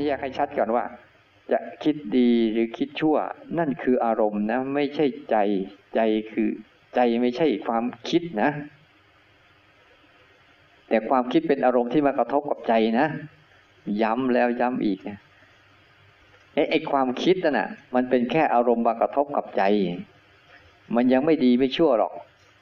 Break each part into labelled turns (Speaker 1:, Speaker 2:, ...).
Speaker 1: แยกให้ชัดก่อนว่าจะคิดดีหรือคิดชั่วนั่นคืออารมณ์นะไม่ใช่ใจใจคือใจไม่ใช่ความคิดนะแต่ความคิดเป็นอารมณ์ที่มากระทบกับใจนะย้ำแล้วย้ำอีกนะไอ้ความคิดนั่นน่ะมันเป็นแค่อารมณ์มากระทบกับใจมันยังไม่ดีไม่ชั่วหรอก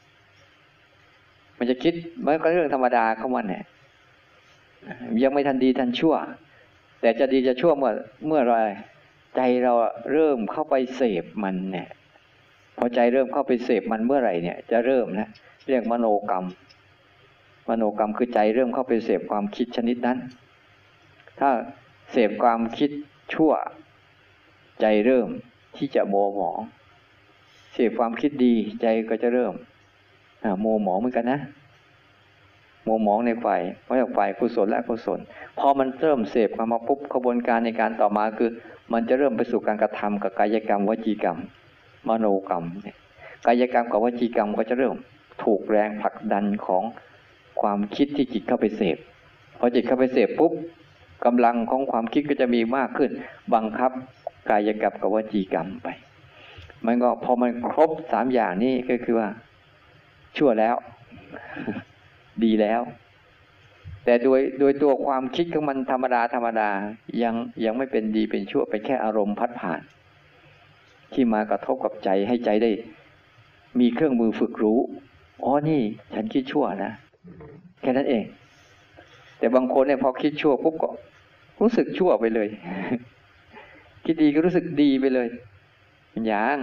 Speaker 1: มันจะคิดมันก็เรื่องธรรมดาของมันเนี่ยยังไม่ทันดีทันชั่วแต่จะดีจะชั่วเมื่อไรใจเราเริ่มเข้าไปเสพมันเนี่ยพอใจเริ่มเข้าไปเสพมันเมื่อไหร่เนี่ยจะเริ่มนะเรียกมโนกรรมคือใจเริ่มเข้าไปเสพความคิดชนิดนั้นถ้าเสพความคิดชั่วใจเริ่มที่จะมัวหมองเสพความคิดดีใจก็จะเริ่มมัวหมองเหมือนกันนะมัวหมองในฝ่ายกุศลและอกุศลพอมันเริ่มเสพมาปุ๊บกระบวนการในการต่อมาคือมันจะเริ่มไปสู่การกระทำกับกายกรรมวจีกรรมมโนกรรมกายกรรมกับวจีกรรมก็จะเริ่มถูกแรงผลักดันของความคิดที่จิตเข้าไปเสพพอจิตเข้าไปเสพปุ๊บกำลังของความคิดก็จะมีมากขึ้นบังคับกายกรรมกับวจีกรรมไปมันก็พอมันครบ3อย่างนี้ก็คือว่าชั่วแล้วดีแล้วแต่โดยตัวความคิดของมันธรรมดายังไม่เป็นดีเป็นชั่วเป็นแค่อารมณ์พัดผ่านที่มากระทบกับใจให้ใจได้มีเครื่องมือฝึกรู้อ๋อนี่ฉันคิดชั่วนะแค่นั้นเองแต่บางคนเนี่ยพอคิดชั่วปุ๊บก็รู้สึกชั่วไปเลยคิดดีก็รู้สึกดีไปเลยมันยัง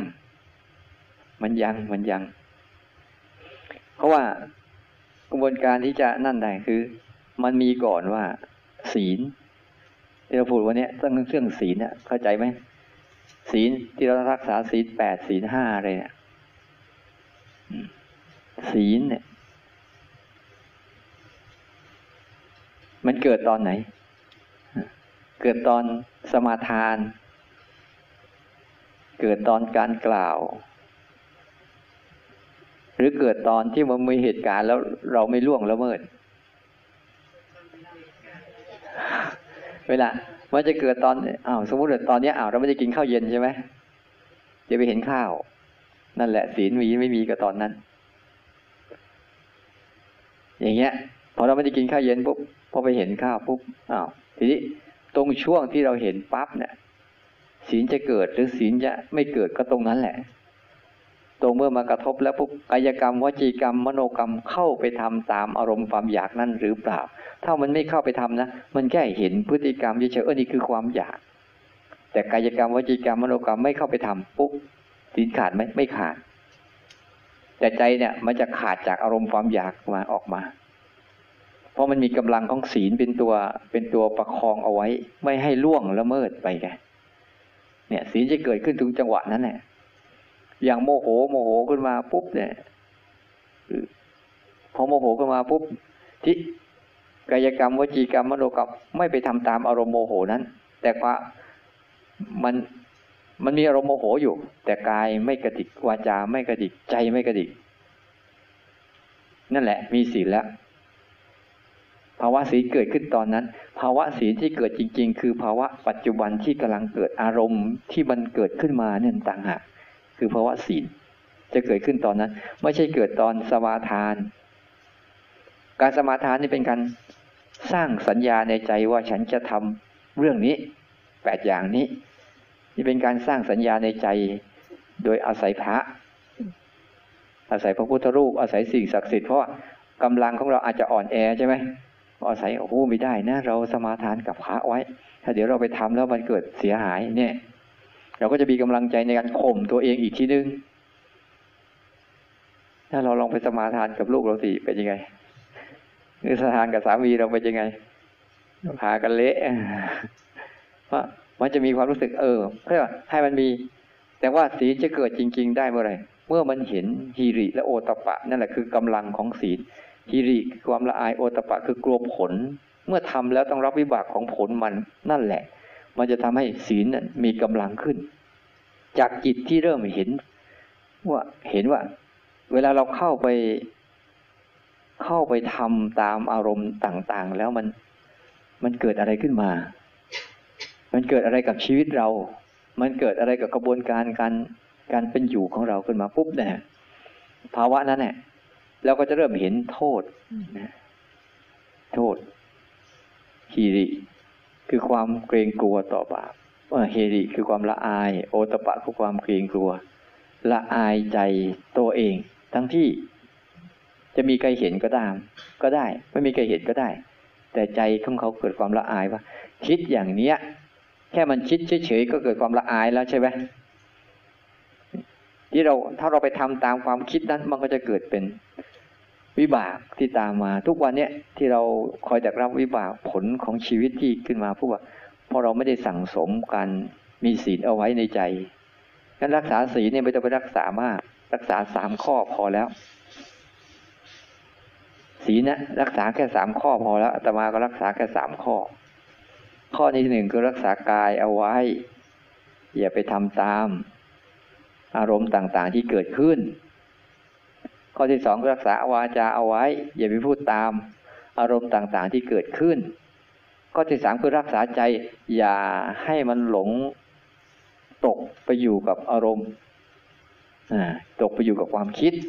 Speaker 1: เพราะว่ากระบวนการที่จะนั่นได้คือมันมีก่อนว่าศีลที่เราพูดวันนี้ต้องเรื่องศีลเนี่ยเข้าใจไหมศีลที่เรารักษาศีล8ศีล5อะไรเนี่ยศีลเนี่ยมันเกิดตอนไหนเกิดตอนสมาทานเกิดตอนการกล่าวหรือเกิดตอนที่มันมีเหตุการณ์แล้วเราไม่ล่วงละเมิดเวลามันจะเกิดตอนสมมุติว่าตอนนี้เราไม่ได้กินข้าวเย็นใช่ไหมจะไปเห็นข้าวนั่นแหละศีลไม่มีกับตอนนั้นอย่างเงี้ยพอเราไม่ได้กินข้าวเย็นปุ๊บพอไปเห็นข้าวปุ๊บทีนี้ตรงช่วงที่เราเห็นปั๊บเนี่ยศีลจะเกิดหรือศีลจะไม่เกิดก็ตรงนั้นแหละตรงเมื่อมากระทบแล้วปุ๊บกายกรรมวจีกรรมมโนกรรมเข้าไปทำตามอารมณ์ความอยากนั่นหรือเปล่าถ้ามันไม่เข้าไปทำนะมันแค่เห็นพฤติกรรมเฉยๆนี่คือความอยากแต่กายกรรมวจีกรรมมโนกรรมไม่เข้าไปทำปุ๊บศีลขาดไหมไม่ขาดแต่ใจเนี่ยมันจะขาดจากอารมณ์ความอยากมาออกมาเพราะมันมีกำลังของศีลเป็นตัวประคองเอาไว้ไม่ให้ล่วงละเมิดไปไงเนี่ยศีลจะเกิดขึ้นถึงจังหวะนั้นแหละอย่างโมโหขึ้นมาปุ๊บเนี่ยพอโมโหขึ้นมาปุ๊บที่กายกรรมวจีกรรมมโนกรรมไม่ไปทำตามอารมณ์โมโหนั้นแต่ว่ามันมีอารมณ์โมโหอยู่แต่กายไม่กระดิกวาจาไม่กระดิกใจไม่กระดิกนั่นแหละมีศีลแล้วภาวะศีลเกิดขึ้นตอนนั้นภาวะศีลที่เกิดจริงๆคือภาวะปัจจุบันที่กำลังเกิดอารมณ์ที่มันเกิดขึ้นมาเนี่ยต่างหากคือภาวะศีลจะเกิดขึ้นตอนนั้นไม่ใช่เกิดตอนสมาทานการสมาทานนี่เป็นการสร้างสัญญาในใจว่าฉันจะทำเรื่องนี้8อย่างนี้นี่เป็นการสร้างสัญญาในใจโดยอาศัยพระอาศัยพระพุทธรูปอาศัยสิ่งศักดิ์สิทธิ์เพราะกำลังของเราอาจจะอ่อนแอใช่ไหมอาศัยไม่ได้นะเราสมาทานกับพระไว้ถ้าเดี๋ยวเราไปทำแล้วมันเกิดเสียหายเนี่ยเราก็จะมีกำลังใจในการข่มตัวเองอีกทีนึงถ้าเราลองไปสมาทานกับลูกเราสิเป็นยังไงหรือสมาทานกับสามีเราเป็นยังไงพากันเละเพราะมันจะมีความรู้สึกเพื่อให้มันมีแต่ว่าศีลจะเกิดจริงๆได้เมื่อไหร่เมื่อมันเห็นหิริและโอตตัปปะนั่นแหละคือกำลังของศีลหิริคือความละอายโอตตัปปะคือกลัวผลเมื่อทำแล้วต้องรับวิบากของผลมันนั่นแหละมันจะทำให้ศีลมีกำลังขึ้นจากจิตที่เริ่มเห็นว่าเวลาเราเข้าไปทำตามอารมณ์ต่างๆแล้วมันเกิดอะไรขึ้นมามันเกิดอะไรกับชีวิตเรามันเกิดอะไรกับกระบวนการเป็นอยู่ของเราขึ้นมาปุ๊บเนี่ยภาวะนั้นเนี่ยเราก็จะเริ่มเห็นโทษนะโทษฮีริคือความเกรงกลัวต่อบาปเฮริคือความละอายโอตปะคือความเกรงกลัวละอายใจตัวเองทั้งที่จะมีใครเห็นก็ได้ไม่มีใครเห็นก็ได้แต่ใจของเขาเกิดความละอายว่าคิดอย่างเนี้ยแค่มันคิดเฉยๆก็เกิดความละอายแล้วใช่ไหมที่ถ้าเราไปทำตามความคิดนั้นมันก็จะเกิดเป็นวิบากที่ตามมาทุกวันเนี้ยที่เราคอยแต่รับวิบากผลของชีวิตที่ขึ้นมาเพราะเราไม่ได้สั่งสมการมีศีลเอาไว้ในใจงั้นรักษาศีลเนี่ยไม่ต้องไปรักษามากรักษา3 ข้อพอแล้วศีลนะรักษาแค่3 ข้อพอแล้วอาตมาก็รักษาแค่3 ข้อข้อที่1คือรักษากายเอาไว้อย่าไปทำตามอารมณ์ต่างๆที่เกิดขึ้นข้อที่2คือรักษาวาจาเอาไว้อย่าไปพูดตามอารมณ์ต่างๆที่เกิดขึ้นข้อที่3คือรักษาใจอย่าให้มันหลงตกไปอยู่กับอารมณ์ตกไปอยู่กับความคิด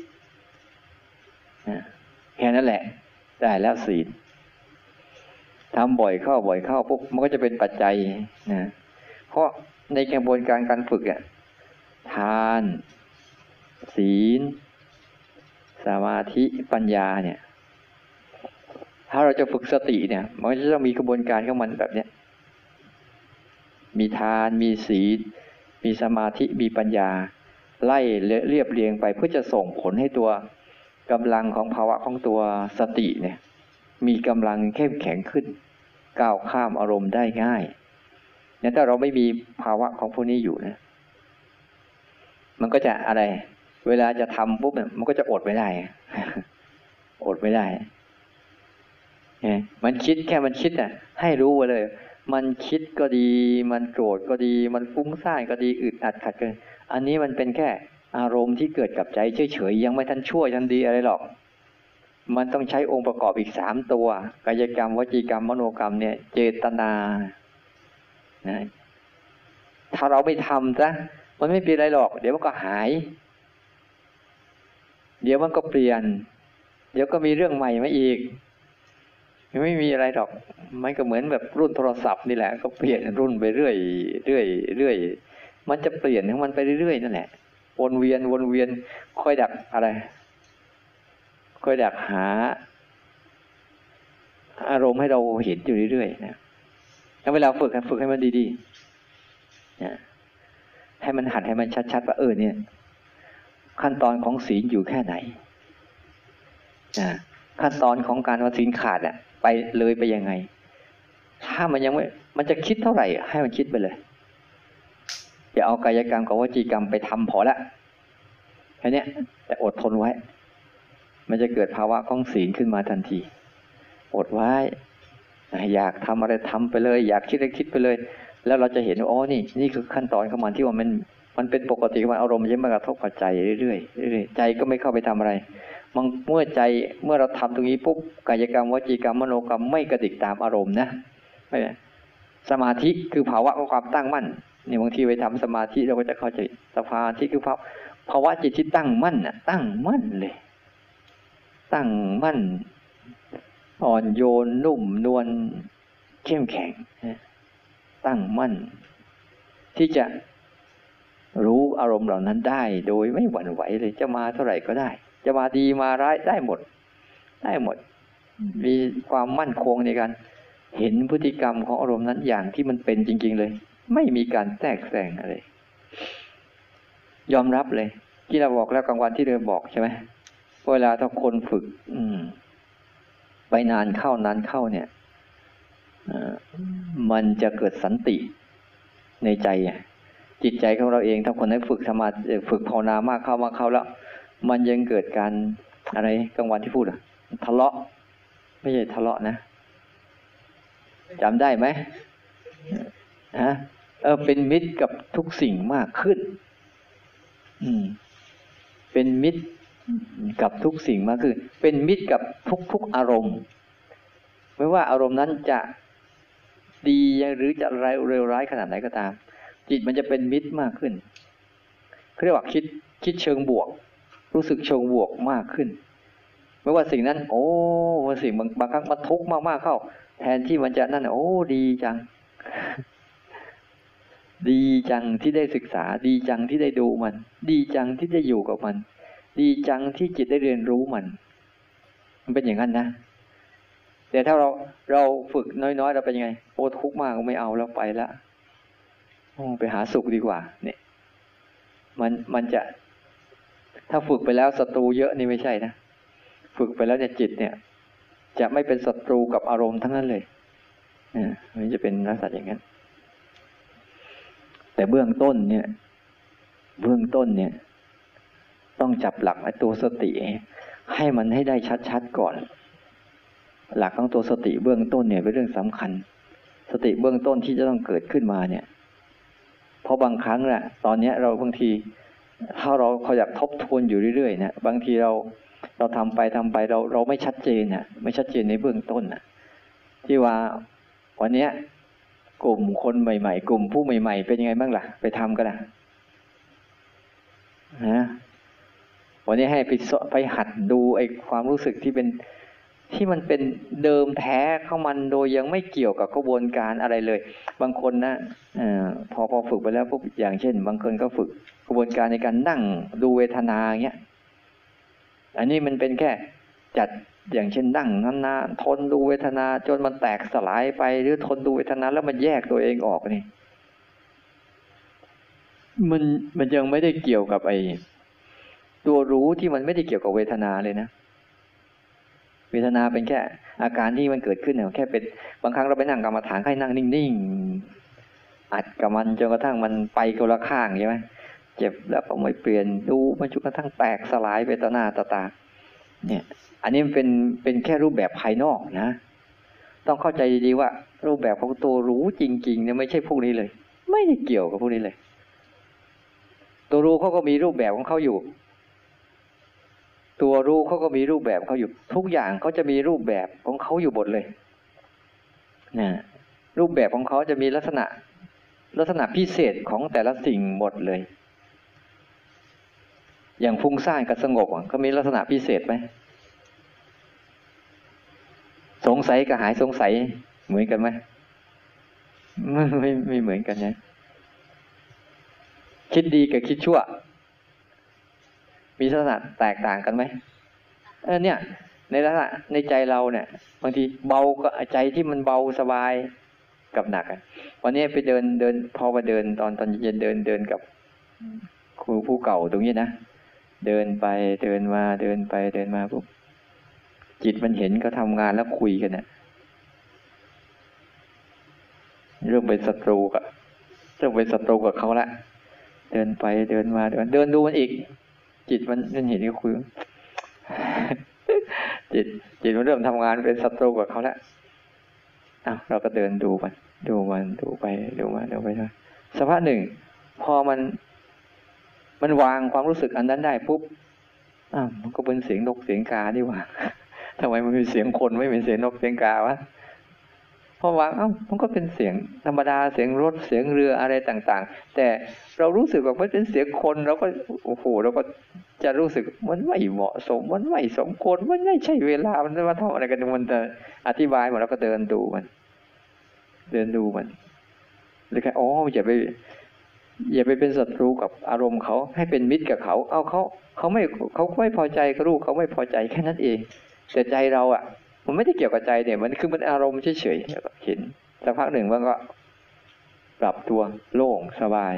Speaker 1: แค่นั้นแหละได้แล้วศีลทำบ่อยเข้าปุ๊บมันก็จะเป็นปัจจัยนะเพราะในกระบวนการฝึกทานศีลสมาธิปัญญาเนี่ยถ้าเราจะฝึกสติเนี่ยมันจะต้องมีกระบวนการของมันแบบนี้มีทานมีศีลมีสมาธิมีปัญญาไล่เรียบเรียงไปเพื่อจะส่งผลให้ตัวกำลังของภาวะของตัวสติเนี่ยมีกำลังเข้มแข็งขึ้นก้าวข้ามอารมณ์ได้ง่ายเนี่ยถ้าเราไม่มีภาวะของพวกนี้อยู่นะมันก็จะอะไรเวลาจะทำปุ๊บมันก็จะอดไม่ได้อดไม่ได้มันคิดแค่มันคิดให้รู้ไว้เลยมันคิดก็ดีมันโกรธก็ดีมันฟุ้งซ่านก็ดีอึดอัดขัดเกินอันนี้มันเป็นแค่อารมณ์ที่เกิดกับใจเฉยๆยังไม่ทันชั่วทันดีอะไรหรอกมันต้องใช้องค์ประกอบอีก3 ตัวกายกรรมวจีกรรมมโนกรรมเนี่ยเจตนานะถ้าเราไม่ทำซะมันไม่เป็นไรหรอกเดี๋ยวมันก็หายเดี๋ยวมันก็เปลี่ยนเดี๋ยวก็มีเรื่องใหม่มาอีกไม่มีอะไรหรอกมันก็เหมือนแบบรุ่นโทรศัพท์นี่แหละก็เปลี่ยนรุ่นไปเรื่อยมันจะเปลี่ยนของมันไปเรื่อยนั่นแหละวนเวียนค่อยดักอะไรค่อยดักหาอารมณ์ให้เราเห็นอยู่เรื่อยๆนะแล้วเวลาฝึกให้มันดีๆนะให้มันหัดให้มันชัดๆว่าเนี่ยขั้นตอนของศีลอยู่แค่ไหนขั้นตอนของการว่าศีลขาดไปเลยไปยังไงถ้ามันยังไม่มันจะคิดเท่าไหร่ให้มันคิดไปเลยอย่าเอากายกรรมกับวจีกรรมไปทำพอละแค่นี้แต่อดทนไว้มันจะเกิดภาวะของศีลขึ้นมาทันทีอดไว้อยากทำอะไรทำไปเลยอยากคิดอะไรคิดไปเลยแล้วเราจะเห็นว่านี่คือขั้นตอนของมันที่ว่ามันเป็นปกติของอารมณ์ยังไม่กระทบกับใจเรื่อยๆใจก็ไม่เข้าไปทำอะไรเมื่อเราทำตรงนี้ปุ๊บกายกรรมวจีกรรมมโนกรรมไม่กระดิกตามอารมณ์นะไม่สมาธิคือภาวะของความตั้งมั่นนี่บางทีไปทำสมาธิเราก็จะเข้าใจสมาธิคือภาวะจิตที่ตั้งมั่นตั้งมั่นเลยตั้งมั่นอ่อนโยนนุ่มนวลเข้มแข็งตั้งมั่นที่จะรู้อารมณ์เหล่านั้นได้โดยไม่หวั่นไหวเลยจะมาเท่าไหร่ก็ได้จะมาดีมาร้ายได้หมดมีความมั่นคงในการเห็นพฤติกรรมของอารมณ์นั้นอย่างที่มันเป็นจริงๆเลยไม่มีการแทรกแซงอะไรยอมรับเลยที่เราบอกแล้วกลางวันที่เราบอกใช่ไหมเวลาถ้าคนฝึกไปนานเข้าเนี่ยมันจะเกิดสันติในใจจิตใจของเราเองถ้าคนไหนฝึกสมาธิฝึกภาวนามากเข้าแล้วมันยังเกิดการอะไรกลางวันที่พูดทะเลาะไม่ใช่ทะเลาะนะจำได้ไหมเป็นมิตรกับทุกสิ่งมากขึ้นเป็นมิตรกับทุกสิ่งมากขึ้นเป็นมิตรกับทุกอารมณ์ไม่ว่าอารมณ์นั้นจะดีหรือจะเร็วร้ายขนาดไหนก็ตามจิตมันจะเป็นมิตรมากขึ้นเรียกว่าคิดเชิงบวกรู้สึกเชิงบวกมากขึ้นไม่ว่าสิ่งนั้นโอ้ว่าสิ่งบางครั้งมันทุกข์มากๆเข้าแทนที่มันจะนั่นโอ้ดีจังดีจังที่ได้ศึกษาดีจังที่ได้ดูมันดีจังที่ได้อยู่กับมันดีจังที่จิตได้เรียนรู้มันเป็นอย่างนั้นนะแต่ถ้าเราฝึกน้อยๆเราเป็นยังไงโอ้ทุกข์มากก็ไม่เอาแล้วไปละไปหาสุขดีกว่าเนี่ยมันจะถ้าฝึกไปแล้วศัตรูเยอะนี่ไม่ใช่นะฝึกไปแล้วเนี่ยจิตเนี่ยจะไม่เป็นศัตรูกับอารมณ์ทั้งนั้นเลยมันจะเป็นลักษณะอย่างนั้นแต่เบื้องต้นเนี่ยต้องจับหลักไอ้ตัวสติให้มันให้ได้ชัดๆก่อนหลักของตัวสติเบื้องต้นเนี่ยเป็นเรื่องสำคัญสติเบื้องต้นที่จะต้องเกิดขึ้นมาเนี่ยเพราะบางครั้งน่ะตอนนี้เราบางทีถ้าเราอยากทบทวนอยู่เรื่อยๆนะบางทีเราทำไปเราไม่ชัดเจนน่ะไม่ชัดเจนในเบื้องต้นน่ะที่ว่าวันนี้กลุ่มคนใหม่ๆกลุ่มผู้ใหม่ๆเป็นยังไงบ้างล่ะไปทำกันนะวันนี้ให้ไปหัดดูไอ้ความรู้สึกที่มันเป็นเดิมแท้ของมันโดยยังไม่เกี่ยวกับกระบวนการอะไรเลยบางคนนะพอฝึกไปแล้วปุ๊บอย่างเช่นบางคนก็ฝึกกระบวนการในการนั่งดูเวทนาอย่างเงี้ยอันนี้มันเป็นแค่จัดอย่างเช่นนั่งนานๆทนดูเวทนาจนมันแตกสลายไปหรือทนดูเวทนาแล้วมันแยกตัวเองออกนี่มันยังไม่ได้เกี่ยวกับไอ้ตัวรู้ที่มันไม่ได้เกี่ยวกับเวทนาเลยนะเวทนาเป็นแค่อาการที่มันเกิดขึ้นเนี่ยแค่เป็นบางครั้งเราไปนั่งกรรมฐานให้นั่งนิ่งๆอัดกับมันจนกระทั่งมันไปคนละข้างใช่ไหมเจ็บแล้วก็ไม่เปลี่ยนดูมันจนกระทั่งแตกสลายไปต่อหน้าต่อตาเนี่ยอันนี้มันเป็นแค่รูปแบบภายนอกนะต้องเข้าใจดีๆว่ารูปแบบของตัวรู้จริงๆเนี่ยไม่ใช่พวกนี้เลยไม่ได้เกี่ยวกับพวกนี้เลยตัวรู้เขาก็มีรูปแบบของเขาอยู่ตัวรู้เขาก็มีรูปแบบเขาอยู่ทุกอย่างเขาจะมีรูปแบบของเขาอยู่หมดเลยนะรูปแบบของเขาจะมีลักษณะพิเศษของแต่ละสิ่งหมดเลยอย่างฟุ้งซ่านกับสงบเขามีลักษณะพิเศษไหมสงสัยกับหายสงสัยเหมือนกันไหมไม่เหมือนกันนะคิดดีกับคิดชั่วมีลักษณะแตกต่างกันไหมเนี่ยในลักษณะในใจเราเนี่ยบางทีเบาก็ใจที่มันเบาสบายกับหนักวันนี้ไปเดินพอมาเดินตอนเย็นเดินกับครูผู้เก่าตรงนี้นะเดินไปเดินมาเดินไปเดินมาปุ๊บจิตมันเห็นก็ทำงานแล้วคุยกันเนี่ยเริ่มเป็นศัตรูกับเขาละเดินไปเดินมาเดินดูมันอีกจิตมันเห็นก็คุยจิตมันเริ่มทำงานเป็นศัตรูกับเขาแล้วเราก็เดินดูมันดูไปดูมาดูไปสักพักหนึ่งพอมันวางความรู้สึกอันนั้นได้ปุ๊บมันก็เป็นเสียงนกเสียงกาดีกว่าทำไมมันเป็นเสียงคนไม่เป็นเสียงนกเสียงกาวะพอวางมันก็เป็นเสียงธรรมดาเสียงรถเสียงเรืออะไรต่างๆแต่เรารู้สึกว่ามันเป็นเสียงคนเราก็โอ้โหเราก็จะรู้สึกมันไม่เหมาะสมมันไม่สมควรมันไม่ใช่เวลามันมาทำอะไรกันมันจะอธิบายหมดแล้วก็เดินดูมันหรือแค่อย่าไปเป็นศัตรูกับอารมณ์เขาให้เป็นมิตรกับเขาเขาไม่พอใจกับลูกเขาไม่พอใจแค่นั้นเองแต่ใจเรามันไม่ได้เกี่ยวกับใจเนี่ยมันคือมันอารมณ์เฉยๆเห็นสักพักหนึ่งมันก็ปรับตัวโล่งสบาย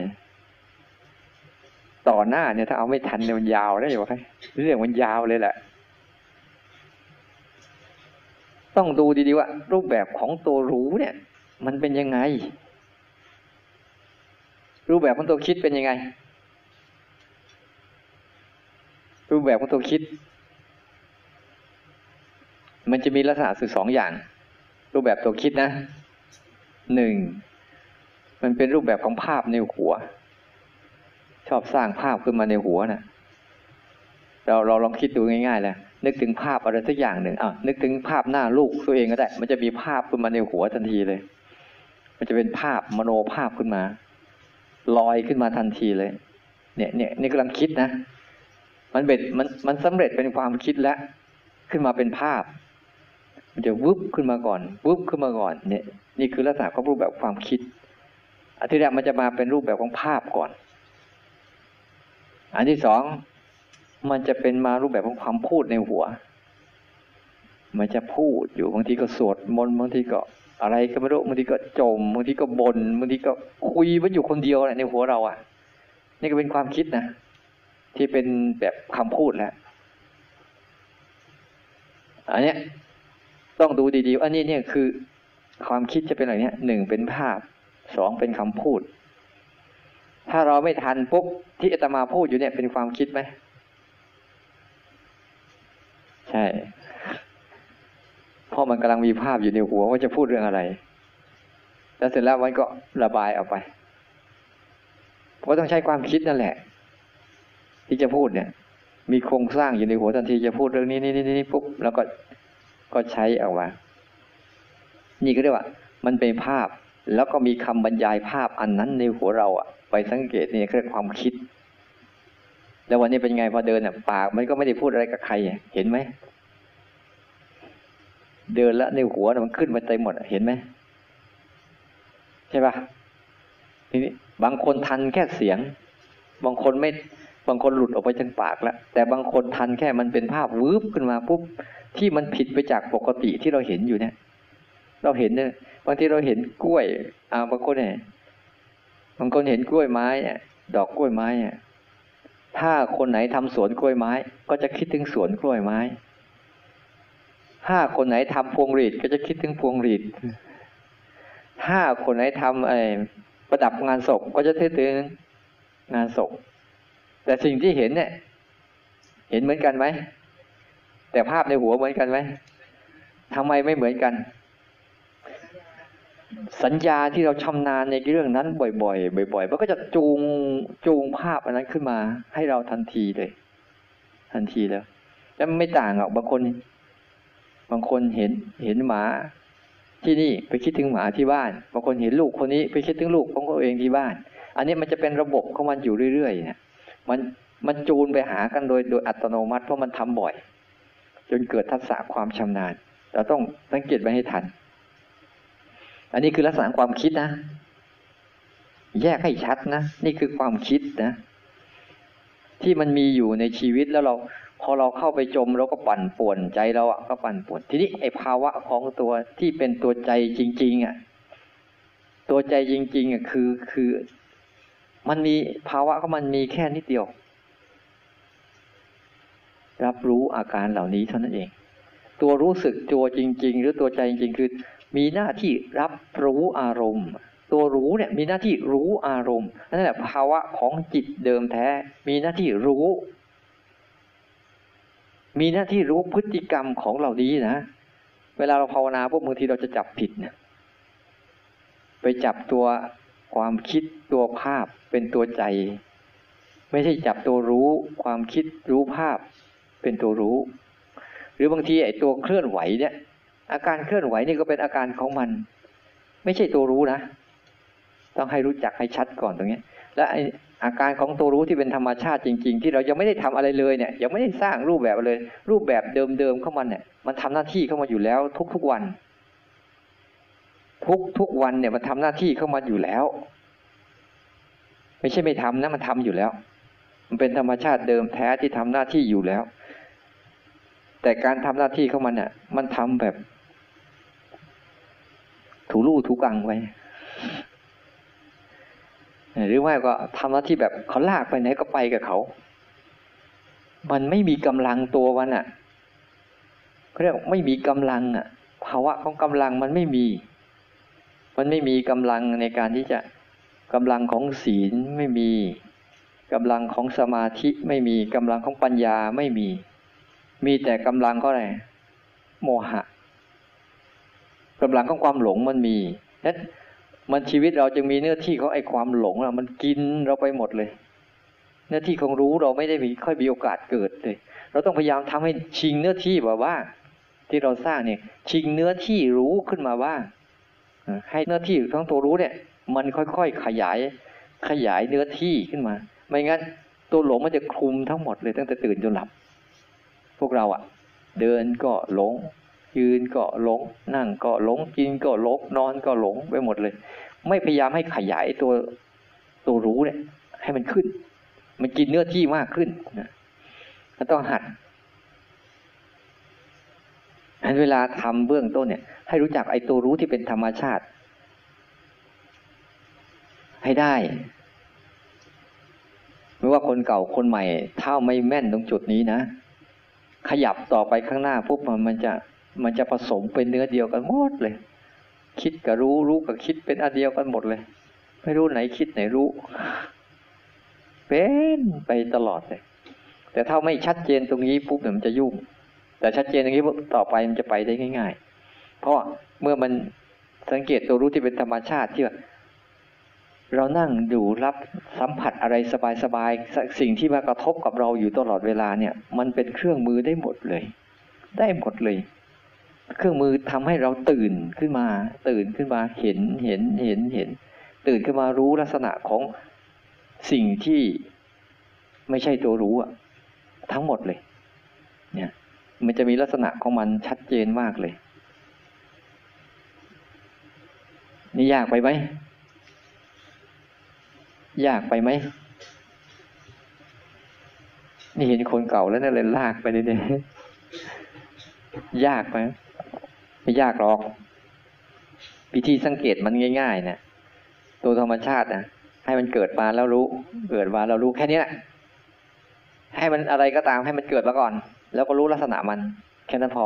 Speaker 1: ต่อหน้าเนี่ยถ้าเอาไม่ทันเนี่ยมันยาวได้อยู่ไหมเรื่องมันยาวเลยแหละต้องดูดีๆว่ารูปแบบของตัวรู้เนี่ยมันเป็นยังไงรูปแบบของตัวคิดเป็นยังไงรูปแบบของตัวคิดมันจะมีลักษณะสองอย่างรูปแบบตัวคิดนะหนึ่งมันเป็นรูปแบบของภาพในหัวชอบสร้างภาพขึ้นมาในหัวนะเราลองคิดดูง่ายๆเลยนึกถึงภาพอะไรสักอย่างหนึ่งนึกถึงภาพหน้าลูกตัวเองก็ได้มันจะมีภาพขึ้นมาในหัวทันทีเลยมันจะเป็นภาพมโนภาพขึ้นมาลอยขึ้นมาทันทีเลยเนี่ยนี่กำลังคิดนะมันสำเร็จเป็นความคิดแล้วขึ้นมาเป็นภาพมันจะวึบขึ้นมาก่อนวึบขึ้นมาก่อนเนี่ยนี่คือลักษณะของรูปแบบความคิดอันที่แรกมันจะมาเป็นรูปแบบของภาพก่อนอันที่สองมันจะเป็นมารูปแบบของความพูดในหัวมันจะพูดอยู่บางทีก็สวดมนต์บางทีก็อะไรก็ไม่รู้บางทีก็จมบางทีก็บ่นบางทีก็คุยมันอยู่คนเดียวแหละในหัวเราอ่ะนี่ก็เป็นความคิดนะที่เป็นแบบคำพูดแล้วอันเนี้ยต้องดูดีๆอันนี้เนี่ยคือความคิดจะเป็นอะไรเนี้ยหนึ่งเป็นภาพสองเป็นคำพูดถ้าเราไม่ทันปุ๊บที่อาตมาพูดอยู่เนี่ยเป็นความคิดไหมใช่เพราะมันกำลังมีภาพอยู่ในหัวว่าจะพูดเรื่องอะไรแล้วเสร็จแล้วมันก็ระบายออกไปเพราะต้องใช้ความคิดนั่นแหละที่จะพูดเนี่ยมีโครงสร้างอยู่ในหัวทันทีจะพูดเรื่องนี้นี่ปุ๊บแล้วก็ใช้ออกมานี่ก็เรียกว่ามันเป็นภาพแล้วก็มีคำบรรยายภาพอันนั้นในหัวเราอ่ะไปสังเกตนี่เรียกความคิดแล้ววันนี้เป็นไงพอเดินอ่ะปากมันก็ไม่ได้พูดอะไรกับใครเห็นไหมเดินแล้วในหัวมันขึ้นมาเต็มหมดเห็นไหมใช่ป่ะทีนี้บางคนทันแค่เสียงบางคนไม่บางคนหลุดออกไปจากปากแล้วแต่บางคนทันแค่มันเป็นภาพวืบขึ้นมาปุ๊บที่มันผิดไปจากปกติที่เราเห็นอยู่เนี่ยเราเห็นเนี่ยบางทีเราเห็นกล้วยบางคนเนี่ยบางคนเห็นกล้วยไม้เนี่ยดอกกล้วยไม้เนี่ยถ้าคนไหนทำสวนกล้วยไม้ก็จะคิดถึงสวนกล้วยไม้ถ้าคนไหนทำพวงหรีดก็จะคิดถึงพวงหรีดถ้าคนไหนทำประดับงานศพก็จะคิดถึงงานศพแต่สิ่งที่เห็นเนี่ยเห็นเหมือนกันไหมแต่ภาพในหัวเหมือนกันไหมทำไมไม่เหมือนกันสัญญาที่เราชำนาญในเรื่องนั้นบ่อยๆมันก็จะจูงภาพอันนั้นขึ้นมาให้เราทันทีเลยทันทีแล้วมันไม่ต่างหรอกบางคนเห็นหมาที่นี่ไปคิดถึงหมาที่บ้านบางคนเห็นลูกคนนี้ไปคิดถึงลูกของตัวเองที่บ้านอันนี้มันจะเป็นระบบของมันอยู่เรื่อยๆเนี่ยมันจูนไปหากันโดยอัตโนมัติเพราะมันทำบ่อยจนเกิดทักษะความชำนาญเราต้องสังเกตไว้ให้ทันอันนี้คือลักษณะความคิดนะแยกให้ชัดนะนี่คือความคิดนะที่มันมีอยู่ในชีวิตแล้วพอเราเข้าไปจมเราก็ปั่นป่วนใจเราก็ปั่นป่วนทีนี้ไอ้ภาวะของตัวที่เป็นตัวใจจริงๆตัวใจจริงๆคือมันมีภาวะของมันมีแค่นิดเดียวรับรู้อาการเหล่านี้เท่านั้นเองตัวรู้สึกตัวจริงๆหรือตัวใจจริงๆคือมีหน้าที่รับรู้อารมณ์ตัวรู้เนี่ยมีหน้าที่รู้อารมณ์นั่นแหละภาวะของจิตเดิมแท้มีหน้าที่รู้มีหน้าที่รู้พฤติกรรมของเหล่านี้นะเวลาเราภาวนาพวกบางทีเราจะจับผิดนะไปจับตัวความคิดตัวภาพเป็นตัวใจไม่ใช่จับตัวรู้ความคิดรู้ภาพเป็นตัวรู้หรือบางทีไอ้ตัวเคลื่อนไหวเนี่ยอาการเคลื่อนไหวนี่ก็เป็นอาการของมันไม่ใช่ตัวรู้นะต้องให้รู้จักให้ชัดก่อนตรงนี้และอาการของตัวรู้ที่เป็นธรรมชาติจริงๆที่เรายังไม่ได้ทำอะไรเลยเนี่ยยังไม่ได้สร้างรูปแบบเลยรูปแบบเดิมๆของมันเนี่ยมันทำหน้าที่เข้ามาอยู่แล้วทุกๆวันทุกวันเนี่ยมันทำหน้าที่เข้ามาอยู่แล้วไม่ใช่ไม่ทำนะมันทำอยู่แล้วมันเป็นธรรมชาติเดิมแท้ที่ทำหน้าที่อยู่แล้วแต่การทำหน้าที่ของมันเนี่ยมันทำแบบถูลู่ถูกังไว้หรือไม่ก็ทำหน้าที่แบบเขาลากไปไหนก็ไปกับเขามันไม่มีกำลังตัวมันเขาเรียกไม่มีกำลังภาวะของกำลังมันไม่มีกำลังในการที่จะกำลังของศีลไม่มีกำลังของสมาธิไม่มีกำลังของปัญญาไม่มีแต่กำลังก็อะไรโมหะกำลังของความหลงมันมีนั้นมันชีวิตเราจึงมีเนื้อที่ของไอ้ความหลงมันกินเราไปหมดเลยเนื้อที่ของรู้เราไม่ได้ค่อยมีโอกาสเกิดเลยเราต้องพยายามทำให้ชิงเนื้อที่แบบว่าที่เราสร้างเนี่ยชิงเนื้อที่รู้ขึ้นมาว่าให้หน้าที่ของตัวรู้เนี่ยมันค่อยๆขยายเนื้อที่ขึ้นมาไม่งั้นตัวหลงมันจะคลุมทั้งหมดเลยตั้งแต่ตื่นจนหลับพวกเราเดินก็หลงยืนก็หลงนั่งก็หลงกินก็หลงนอนก็หลงไปหมดเลยไม่พยายามให้ขยายตัวรู้เนี่ยให้มันขึ้นมันกินเนื้อที่มากขึ้นนะต้องหัดเวลาทำเบื้องต้นเนี่ยให้รู้จักไอ้ตัวรู้ที่เป็นธรรมชาติให้ได้ไม่ว่าคนเก่าคนใหม่ถ้าไม่แม่นตรงจุดนี้นะขยับต่อไปข้างหน้าปุ๊บมันจะผสมเป็นเนื้อเดียวกันหมดเลยคิดกับรู้กับคิดเป็นอันเดียวกันหมดเลยไม่รู้ไหนคิดไหนรู้เป็นไปตลอดเลยแต่ถ้าไม่ชัดเจนตรงนี้ปุ๊บเนี่ยมันจะยุ่งแต่ชัดเจนตรงนี้ต่อไปมันจะไปได้ง่ายๆเพราะเมื่อมันสังเกตตัวรู้ที่เป็นธรรมชาติที่เรานั่งอยู่รับสัมผัสอะไรสบายๆสิ่งที่มากระทบกับเราอยู่ตลอดเวลาเนี่ยมันเป็นเครื่องมือได้หมดเลยเครื่องมือทำให้เราตื่นขึ้นมาเห็นตื่นขึ้นมารู้ลักษณะของสิ่งที่ไม่ใช่ตัวรู้ทั้งหมดเลยเนี่ยมันจะมีลักษณะของมันชัดเจนมากเลยนี่ยากไปไหมนี่เห็นคนเก่าแล้วนั่นเลยลากไปเนี่ยยากไหมไม่ยากหรอกวิธีสังเกตมันง่ายๆนะตัวธรรมชาตินะให้มันเกิดมาแล้วรู้แค่นี้แหละให้มันอะไรก็ตามให้มันเกิดมาก่อนแล้วก็รู้ลักษณะมันแค่นั้นพอ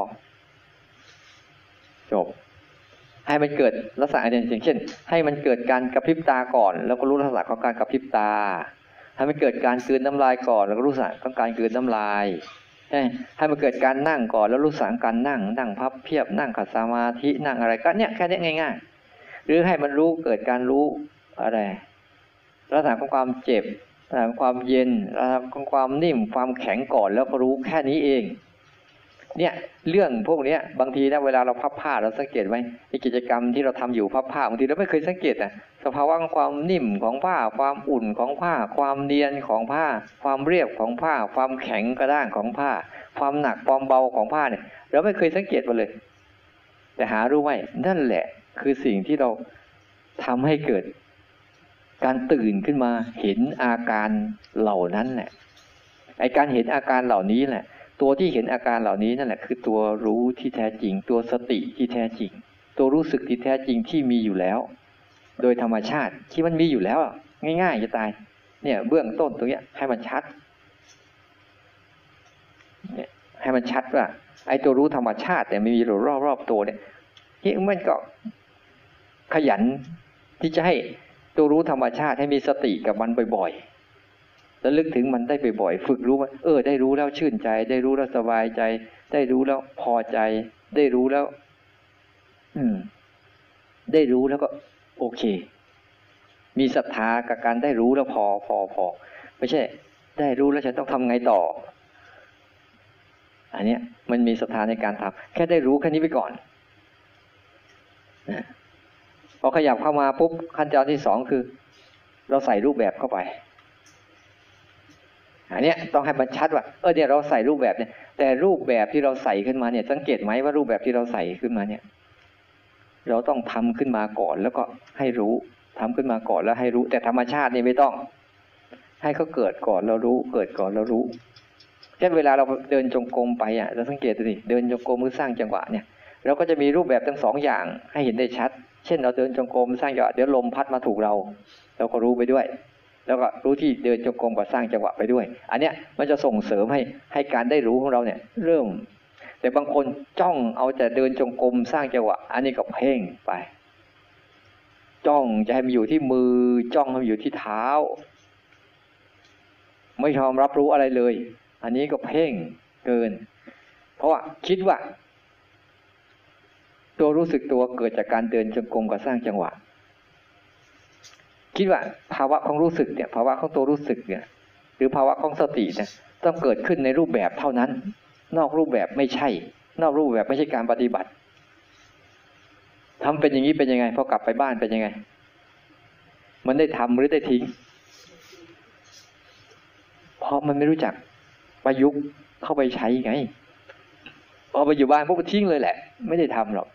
Speaker 1: จบให้มันเกิดลักษณะอย่างเช่นให้มันเกิดการกระพริบตาก่อนแล้วก็รู้ลักษณะของการกระพริบตาให้มันเกิดการกลืนน้ำลายก่อนแล้วก็รู้ลักษณะของการกลืนน้ำลายให้มันเกิดการนั่งก่อนแล้วรู้ลักษณะการนั่งพับเพียบนั่งขัดสมาธินั่งอะไรก็เนี่ยแค่นี้ง่ายๆหรือให้มันรู้เกิดการรู้อะไรลักษณะของความเจ็บลักษณะของความเย็นลักษณะของความนิ่มความแข็งก่อนแล้วก็รู้แค่นี้เองเนี่ยเรื่องพวกนี้บางทีนะเวลาเราพับผ้าเราสังเกตไหมในกิจกรรมที่เราทำอยู่พับผ้าบางทีเราไม่เคยสังเกตสภาวะความนิ่มของผ้าความอุ่นของผ้าความเนียนของผ้าความเรียบของผ้าความแข็งกระด้างของผ้าความหนักความเบาของผ้าเนี่ยเราไม่เคยสังเกตมาเลยแต่หารู้ไหมนั่นแหละคือสิ่งที่เราทำให้เกิดการตื่นขึ้นมาเห็นอาการเหล่านั้นแหละไอ้การเห็นอาการเหล่านี้แหละตัวที่เห็นอาการเหล่านี้นั่นแหละคือตัวรู้ที่แท้จริงตัวสติที่แท้จริงตัวรู้สึกที่แท้จริงที่มีอยู่แล้วโดยธรรมชาติที่มันมีอยู่แล้วง่ายๆจะตายเนี่ยเบื้องต้นตรงเนี้ยให้มันชัดเนี่ยให้มันชัดว่าไอ้ตัวรู้ธรรมชาติแต่ไม่มีรอบๆตัวเนี่ยที่มันก็ขยันที่จะให้ตัวรู้ธรรมชาติให้มีสติกับมันบ่อยๆแล้วลึกถึงมันได้บ่อยๆฝึกรู้ว่าได้รู้แล้วชื่นใจได้รู้แล้วสบายใจได้รู้แล้วพอใจได้รู้แล้วได้รู้แล้วก็โอเคมีศรัทธากับการได้รู้แล้วพอไม่ใช่ได้รู้แล้วฉันต้องทำไงต่ออันเนี้ยมันมีศรัทธาในการทำแค่ได้รู้แค่นี้ไปก่อนนะพอขยับเข้ามาปุ๊บขั้นตอนที่สองคือเราใส่รูปแบบเข้าไปอันเนี้ยต้องให้มันชัดว่าเนี่ยเราใส่รูปแบบเนี่ยแต่รูปแบบที่เราใส่ขึ้นมาเนี่ยสังเกตไหมว่ารูปแบบที่เราใส่ขึ้นมาเนี่ยเราต้องทำขึ้นมาก่อนแล้วก็ให้รู้ทำขึ้นมาก่อนแล้วให้รู้แต่ธรรมชาตินี่ไม่ต้องให้เขาเกิดก่อนเรารู้เกิดก่อนเรารู้เช่นเวลาเราเดินจงกรมไปเราสังเกตดูสิเดินจงกรมหรือสร้างจังหวะเนี่ยเราก็จะมีรูปแบบทั้งสองอย่างให้เห็นได้ชัดเช่นเราเดินจงกรมสร้างจังหวะเดี๋ยวลมพัดมาถูกเราก็รู้ไปด้วยแล้วก็รู้ที่เดินจงกรมกับสร้างจังหวะไปด้วยอันเนี้ยมันจะส่งเสริมให้การได้รู้ของเราเนี่ยเริ่มแต่บางคนจ้องเอาแต่เดินจงกรมสร้างจังหวะอันนี้ก็เพ่งไปจ้องจะให้มันอยู่ที่มือจ้องให้มันอยู่ที่เท้าไม่ยอมรับรู้อะไรเลยอันนี้ก็เพ่งเกินเพราะว่าคิดว่าตัวรู้สึกตัวเกิดจากการเดินจงกรมกับสร้างจังหวะคิดว่าภาวะของรู้สึกเนี่ยภาวะของตัวรู้สึกเนี่ยหรือภาวะของสติเนี่ยต้องเกิดขึ้นในรูปแบบเท่านั้นนอกรูปแบบไม่ใช่นอกรูปแบบไม่ใช่การปฏิบัติทำเป็นอย่างนี้เป็นยังไงพอกลับไปบ้านเป็นยังไงมันได้ทำหรือได้ทิ้งเพราะมันไม่รู้จักประยุกต์เข้าไปใช้ไงพอไปอยู่บ้านพวกมันทิ้งเลยแหละไม่ได้ทำหรอก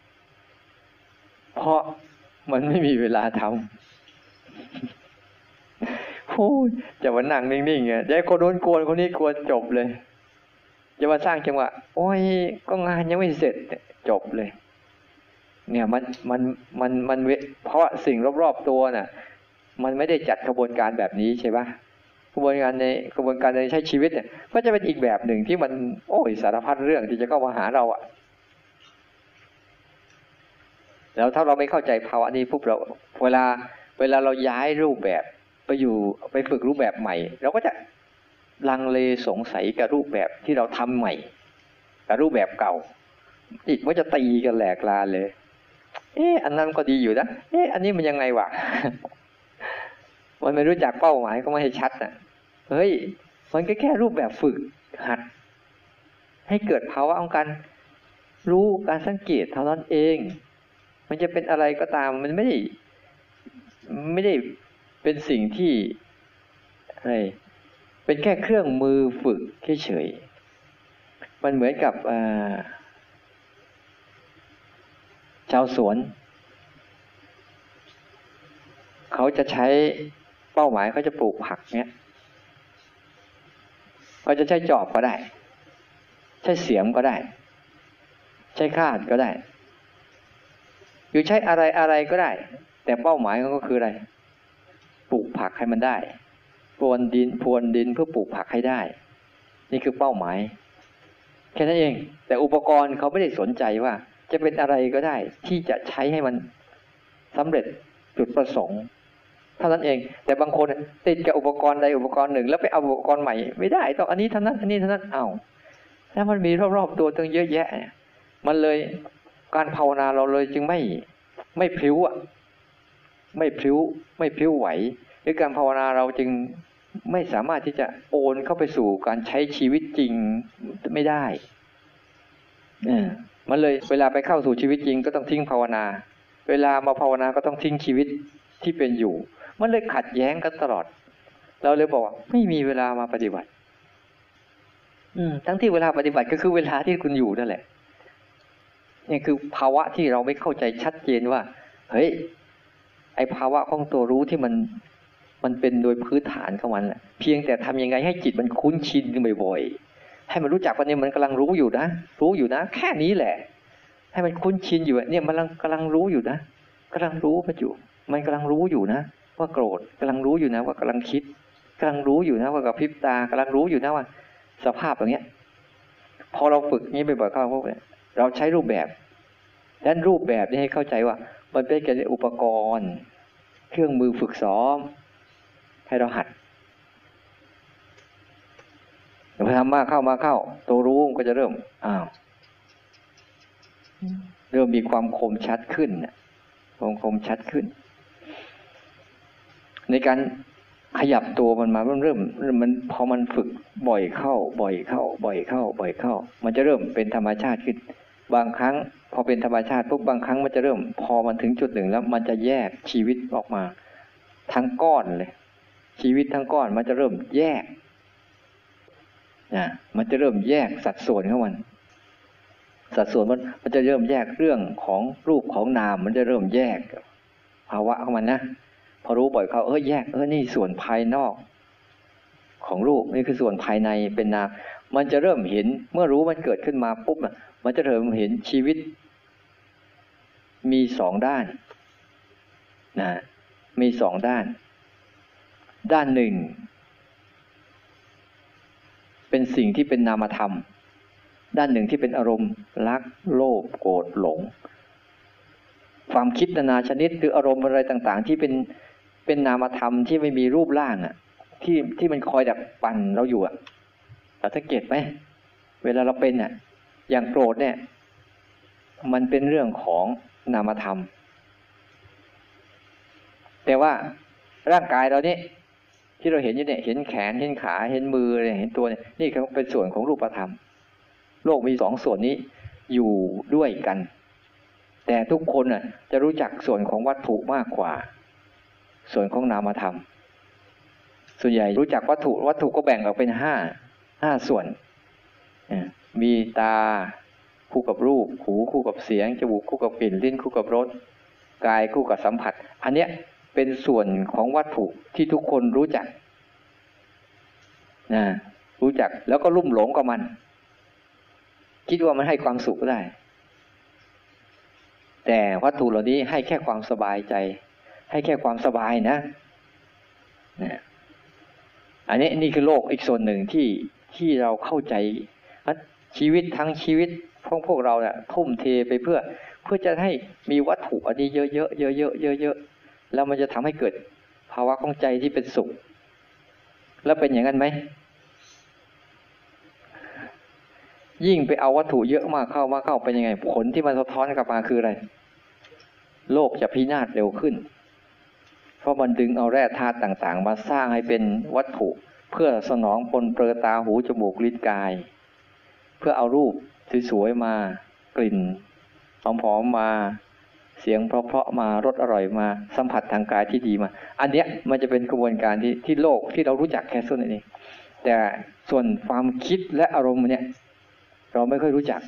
Speaker 1: เพราะมันไม่มีเวลาทำโอ้ยจะมานั่งนิ่งๆไงเดี๋ยวคนโน้นกวนคนนี้กวนจบเลยจะมาสร้างจังหวะโอ้ยก็งานยังไม่เสร็จจบเลยเนี่ยมันเพราะสิ่งรอบๆตัวน่ะมันไม่ได้จัดกระบวนการแบบนี้ใช่ปะกระบวนการในใช้ชีวิตเนี่ยก็จะเป็นอีกแบบหนึ่งที่มันโอ้ยสารพัดเรื่องที่จะเข้ามาหาเราอ่ะแล้วถ้าเราไม่เข้าใจภาวะนี้ปุ๊บเราเวลาเราย้ายรูปแบบไปฝึกรูปแบบใหม่เราก็จะลังเลสงสัยกับรูปแบบที่เราทำใหม่กับรูปแบบเก่าจิตมันจะตีกันแหลกลานเลยอันนั้นก็ดีอยู่นะอันนี้มันยังไงวะ มันไม่รู้จักเป้าหมายก็ไม่ให้ชัดนะเฮ้ยมันก็แค่รูปแบบฝึกหัดให้เกิดภาวะของการรู้การสังเกตเท่านั้นเองมันจะเป็นอะไรก็ตามมันไม่ได้เป็นสิ่งที่อะไรเป็นแค่เครื่องมือฝึกเฉยๆมันเหมือนกับชาวสวนเขาจะใช้เป้าหมายเขาจะปลูกผักเนี้ยเขาจะใช้จอบก็ได้ใช้เสียมก็ได้ใช้คาดก็ได้อยู่ใช้อะไรก็ได้แต่เป้าหมายเขาก็คืออะไรปลูกผักให้มันได้พรวนดินเพื่อปลูกผักให้ได้นี่คือเป้าหมายแค่นั้นเองแต่อุปกรณ์เขาไม่ได้สนใจว่าจะเป็นอะไรก็ได้ที่จะใช้ให้มันสำเร็จจุดประสงค์เท่านั้นเองแต่บางคนติดกับอุปกรณ์ใดอุปกรณ์หนึ่งแล้วไปเอาอุปกรณ์ใหม่ไม่ได้ต้องอันนี้เท่านั้นอันนี้เท่านั้นเอาแล้วมันมีรอบๆตัวตั้งเยอะแยะมันเลยการภาวนาเราเลยจึงไม่พลิ้วอ่ะไม่พลิ้วไหวหรือการภาวนาเราจึงไม่สามารถที่จะโอนเข้าไปสู่การใช้ชีวิตจริงไม่ได้มันเลยเวลาไปเข้าสู่ชีวิตจริงก็ต้องทิ้งภาวนาเวลามาภาวนาก็ต้องทิ้งชีวิตที่เป็นอยู่มันเลยขัดแย้งกันตลอดเราเลยบอกว่าไม่มีเวลามาปฏิบัติทั้งที่เวลาปฏิบัติก็คือเวลาที่คุณอยู่นั่นแหละนี่คือภาวะที่เราไม่เข้าใจชัดเจนว่าเฮ้ยไอภาวะของตัวรู้ที่มันเป็นโดยพื้นฐานของมันแหละเพียงแต่ทำยังไงให้จิตมันคุ้นชินกันบ่อยๆให้มันรู้จักว่าเนี่ยมันกำลังรู้อยู่นะแค่นี้แหละให้มันคุ้นชินอยู่เนี่ยมันกำลังรู้อยู่นะกำลังรู้มันอยู่มันกำลังรู้อยู่นะว่าโกรธกำลังรู้อยู่นะว่ากำลังคิดกำลังรู้อยู่นะว่ากระพริบตากำลังรู้อยู่นะว่าสภาพอย่างเงี้ยพอเราฝึกนี้บ่อยๆเข้าพวกเนี่ยเราใช้รูปแบบด้านรูปแบบนี้ให้เข้าใจว่ามันเป็นแค่อุปกรณ์เครื่องมือฝึกซ้อมให้เราหัดพอทำมากเข้าตัวรู้ก็จะเริ่มเริ่มมีความคมชัดขึ้นความคมชัดขึ้นในการขยับตัวมันมาเริ่มมันพอมันฝึกบ่อยเข้ามันจะเริ่มเป็นธรรมชาติขึ้นบางครั้งพอเป็นธรรมชาติปุ๊บบางครั้งมันจะเริ่มพอมันถึงจุดหนึ่งแล้วมันจะแยกชีวิตออกมาทั้งก้อนเลยชีวิตทั้งก้อนมันจะเริ่มแยกมันจะเริ่มแยกสัดส่วนของมันสัดส่วนมันจะเริ่มแยกเรื่องของรูปของนามมันจะเริ่มแยกภาวะของมันนะพอรู้บ่อยเข้าแยกนี่ส่วนภายนอกของรูปนี่คือส่วนภายในเป็นนามมันจะเริ่มเห็นเมื่อรู้มันเกิดขึ้นมาปุ๊บมันจะเริ่มเห็นชีวิตมีสองด้านมีสองด้านด้านหนึ่งเป็นสิ่งที่เป็นนามธรรมด้านหนึ่งที่เป็นอารมณ์รักโลภโกรธหลงความคิดนานาชนิดหรืออารมณ์อะไรต่างๆที่เป็นนามธรรมที่ไม่มีรูปร่างที่มันคอยดักปั่นเราอยู่เราสังเกตไหมเวลาเราเป็นอย่างโกรธเนี่ยมันเป็นเรื่องของนามธรรมแต่ว่าร่างกายเรานี่ที่เราเห็นอยู่เนี่ยเห็นแขนเห็นขาเห็นมือเห็นตัวเนี่ยนี่คือเป็นส่วนของรูปธรรมโลกมีสองส่วนนี้อยู่ด้วยกันแต่ทุกคนน่ะจะรู้จักส่วนของวัตถุมากกว่าส่วนของนามธรรมส่วนใหญ่รู้จักวัตถุก็แบ่งออกเป็นห้าส่วนมีตาคู่กับรูปหูคู่กับเสียงจมูกคู่กับกลิ่นลิ้นคู่กับรสกายคู่กับสัมผัสอันเนี้ยเป็นส่วนของวัตถุที่ทุกคนรู้จักรู้จักแล้วก็ลุ่มหลงกับมันคิดว่ามันให้ความสุขได้แต่วัตถุเหล่านี้ให้แค่ความสบายใจให้แค่ความสบายนะอันนี้นี่คือโลกอีกส่วนหนึ่งที่เราเข้าใจชีวิตทั้งชีวิตของพวกเราเนี่ยทุ่มเทไปเพื่อจะให้มีวัตถุอันนี้เยอะๆเยอะๆแล้วมันจะทำให้เกิดภาวะของใจที่เป็นสุขแล้วเป็นอย่างนั้นไหมยิ่งไปเอาวัตถุเยอะมากเข้าเป็นยังไงผลที่มันสะท้อนกลับมาคืออะไรโลกจะพินาศเร็วขึ้นเพราะมันดึงเอาแร่ธาตุต่างๆมาสร้างให้เป็นวัตถุเพื่อสนองปลนเปลือตาหูจมูกลิ้นกายเพื่อเอารูปสวยๆมากลิ่นหอมๆมาเสียงเพราะๆมารสอร่อยมาสัมผัสทางกายที่ดีมาอันเนี้ยมันจะเป็นกระบวนการที่โลกที่เรารู้จักแค่ส่วนนี้แต่ส่วนความคิดและอารมณ์เนี่ยเราไม่ค่อยรู้จัก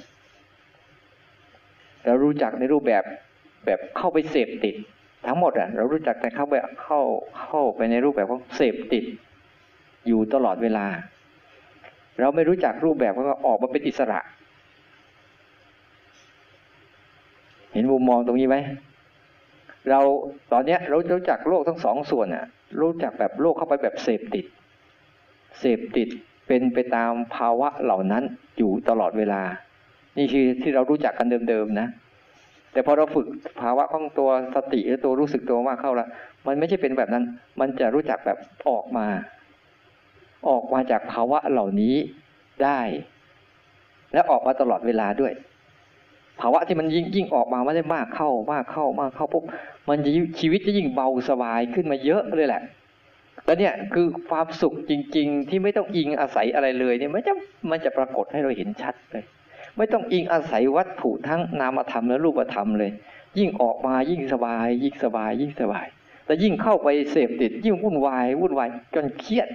Speaker 1: เรารู้จักในรูปแบบเข้าไปเสพติดทั้งหมดเรารู้จักแต่เข้าไปในรูปแบบของเสพติดอยู่ตลอดเวลาเราไม่รู้จักรูปแบบว่าออกมาเป็นอิสระเห็นมุมมองตรงนี้ไหมเราตอนนี้เรารู้จักโลกทั้งสองส่วนรู้จักแบบโลกเข้าไปแบบเสพติดเป็นไปตามภาวะเหล่านั้นอยู่ตลอดเวลานี่คือที่เรารู้จักกันเดิมๆนะแต่พอเราฝึกภาวะของตัวสติหรือตัวรู้สึกตัวมากเข้าแล้วมันไม่ใช่เป็นแบบนั้นมันจะรู้จักแบบออกมาจากภาวะเหล่านี้ได้และออกมาตลอดเวลาด้วยภาวะที่มันยิ่งออกมาไม่ได้มากเข้าปุ๊บมันจะชีวิตจะยิ่งเบาสบายขึ้นมาเยอะเลยแหละแล้วเนี่ยคือความสุขจริงๆที่ไม่ต้องอิงอาศัยอะไรเลยเนี่ยมันจะปรากฏให้เราเห็นชัดเลยไม่ต้องอิงอาศัยวัตถุทั้งนามธรรมและรูปธรรมเลยยิ่งออกมายิ่งสบายแต่ยิ่งเข้าไปเสพติดยิ่งวุ่นวายจนเครียด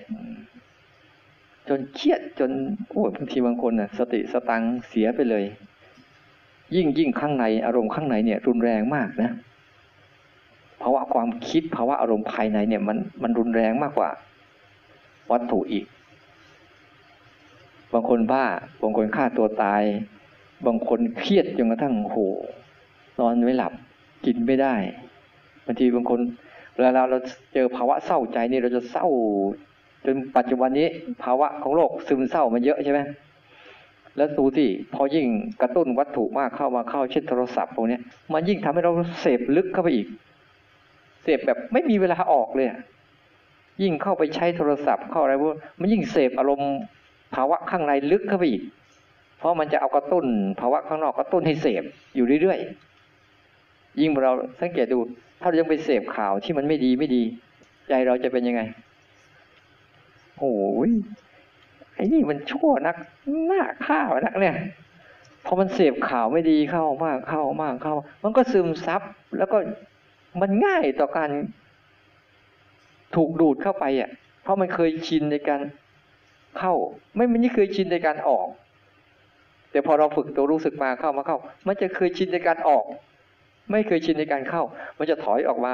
Speaker 1: จนบางทีบางคนสติสตังเสียไปเลยยิ่งข้างในอารมณ์ข้างในเนี่ยรุนแรงมากนะภาวะความคิดภาวะอารมณ์ภายในเนี่ยมันรุนแรงมากกว่าวัตถุอีกบางคนบ้าบางคนฆ่าตัวตายบางคนเครียดจนกระทั่งนอนไม่หลับกินไม่ได้บางทีบางคนเวลาเราเจอภาวะเศร้าใจนี่เราจะเศร้าจนปัจจุบันนี้ภาวะของโรคซึมเศร้ามันเยอะใช่ไหมแล้วดูที่พอยิ่งกระตุ้นวัตถุมากเข้าเช่นโทรศัพท์พวกนี้มันยิ่งทำให้เราเสพลึกเข้าไปอีกเสพแบบไม่มีเวลาออกเลยยิ่งเข้าไปใช้โทรศัพท์เข้าอะไรพวกมันยิ่งเสพอารมณ์ภาวะข้างในลึกเข้าไปอีกเพราะมันจะเอากระตุ้นภาวะข้างนอกกระตุ้นให้เสพอยู่เรื่อยๆยิ่งเราสังเกตดูถ้าเรายังไปเสพข่าวที่มันไม่ดีใจเราจะเป็นยังไงโอ้ยไอ้นี่มันชั่วนักหน้าฆ่านักเนี่ยพอมันเสพข่าวไม่ดีเข้ามากมันก็ซึมซับแล้วก็มันง่ายต่อการถูกดูดเข้าไปเพราะมันเคยชินในการเข้ามันไม่เคยชินในการออกแต่พอเราฝึกตัวรู้สึกมาเข้ามันจะเคยชินในการออกไม่เคยชินในการเข้ามันจะถอยออกมา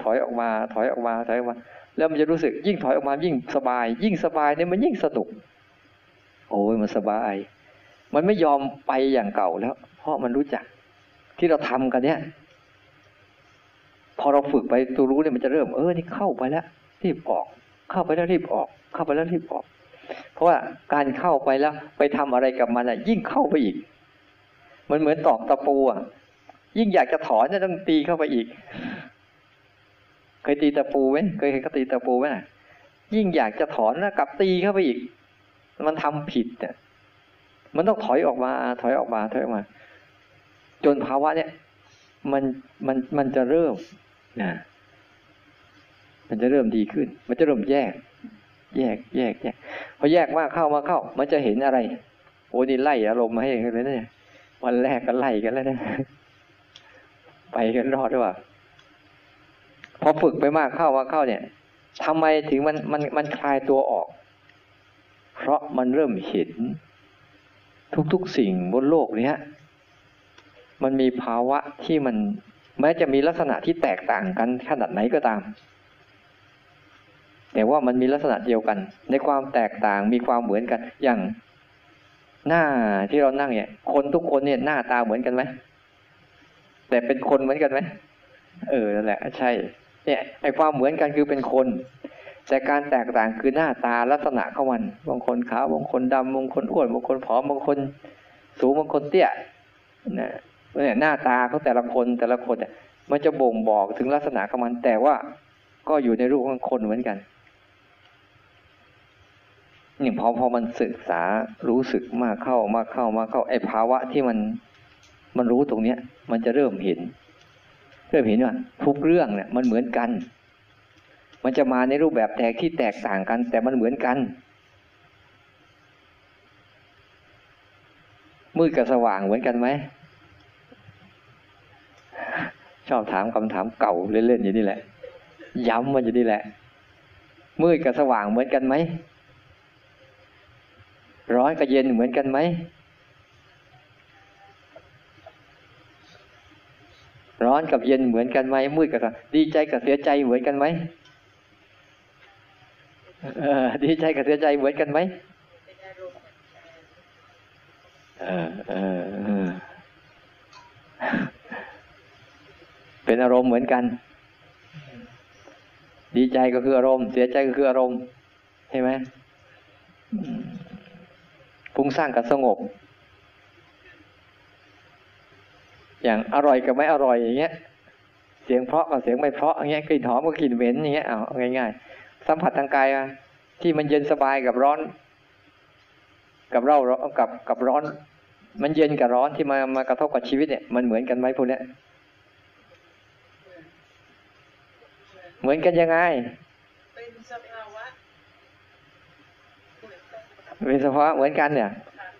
Speaker 1: แล้วมันจะรู้สึกยิ่งถอยออกมายิ่งสบายเนี่ยมันยิ่งสนุกโอ้ยมันสบายมันไม่ยอมไปอย่างเก่าแล้วเพราะมันรู้จักที่เราทำกันเนี่ยพอเราฝึกไปตัวรู้เนี่ยมันจะเริ่มนี่เข้าไปแล้วรีบออกเข้าไปแล้วรีบออกเข้าไปแล้วรีบออกเพราะว่าการเข้าไปแล้วไปทำอะไรกับมันยิ่งเข้าไปอีกมันเหมือนตอกตะปูยิ่งอยากจะถอนเนี่ยต้องตีเข้าไปอีกเคยตีตะปูไหมเคยตีตะปูไหมยิ่งอยากจะถอนแล้วกลับตีเข้าไปอีกมันทำผิดมันต้องถอยออกมาจนภาวะเนี่ยมันจะเริ่มมันจะเริ่มดีขึ้นมันจะเริ่มแยกพอแยกมากเข้ามันจะเห็นอะไรโอ้นี่ไล่อารมณ์มาให้เลยเนี่ยวันแรกก็ไล่กันแล้วนะไปกันรอดหรือเปล่าพอฝึกไปมากเข้าเนี่ยทำไมถึงมันคลายตัวออกเพราะมันเริ่มเห็นทุกสิ่งบนโลกนี้มันมีภาวะที่มันแม้จะมีลักษณะที่แตกต่างกันขนาดไหนก็ตามแต่ว่ามันมีลักษณะเดียวกันในความแตกต่างมีความเหมือนกันอย่างหน้าที่เรานั่งเนี่ยคนทุกคนเนี่ยหน้าตาเหมือนกันไหมแต่เป็นคนเหมือนกันไหมนั่นแหละใช่เนี่ยไอ้ความเหมือนกันคือเป็นคนแต่การแตกต่างคือหน้าตาลักษณะของมันบางคนขาวบางคนดำบางคนอ้วนบางคนผอมบางคนสูงบางคนเตี้ยเนี่ยหน้าตาของแต่ละคนเนี่ยมันจะบ่งบอกถึงลักษณะของมันแต่ว่าก็อยู่ในรูปของคนเหมือนกันนี่พอมันศึกษารู้สึกมากเข้าไอ้ภาวะที่มันรู้ตรงเนี้ยมันจะเริ่มเห็นว่าทุกเรื่องเนี่ยมันเหมือนกันมันจะมาในรูปแบบที่แตกต่างกันแต่มันเหมือนกันมืดกับสว่างเหมือนกันไหมชอบถามคำถามเก่าเล่นๆอยู่นี่แหละย้ำมันอยู่นี่แหละมืดกับสว่างเหมือนกันไหมร้อนกับเย็นเหมือนกันไหมร้อนกับเย็นเหมือนกันไหมมืดกับดีใจกับเสียใจเหมือนกันไหมดีใจกับเสียใจเหมือนกันไหมเป็นอารมณ์เหมือนกันดีใจก็คืออารมณ์เสียใจก็คืออารมณ์ใช่ไหมฟุ้งซ่านกับสงบอย่างอร่อยกับไม่อร่อยอย่างเงี้ยเสียงเพราะกับเสียงไม่เพราะอย่างเงี้ยกลิ่นหอมกับกลิ่นเหม็นอย่างเงี้ยเอาง่ายๆสัมผัสทางกายที่มันเย็นสบายกับร้อนกับร้อนมันเย็นกับร้อนที่มากระทบกับชีวิตเนี่ยมันเหมือนกันไหมพวกเนี้ยเหมือนกันยังไงเป็นสภาวะเหมือนกันเนี่ย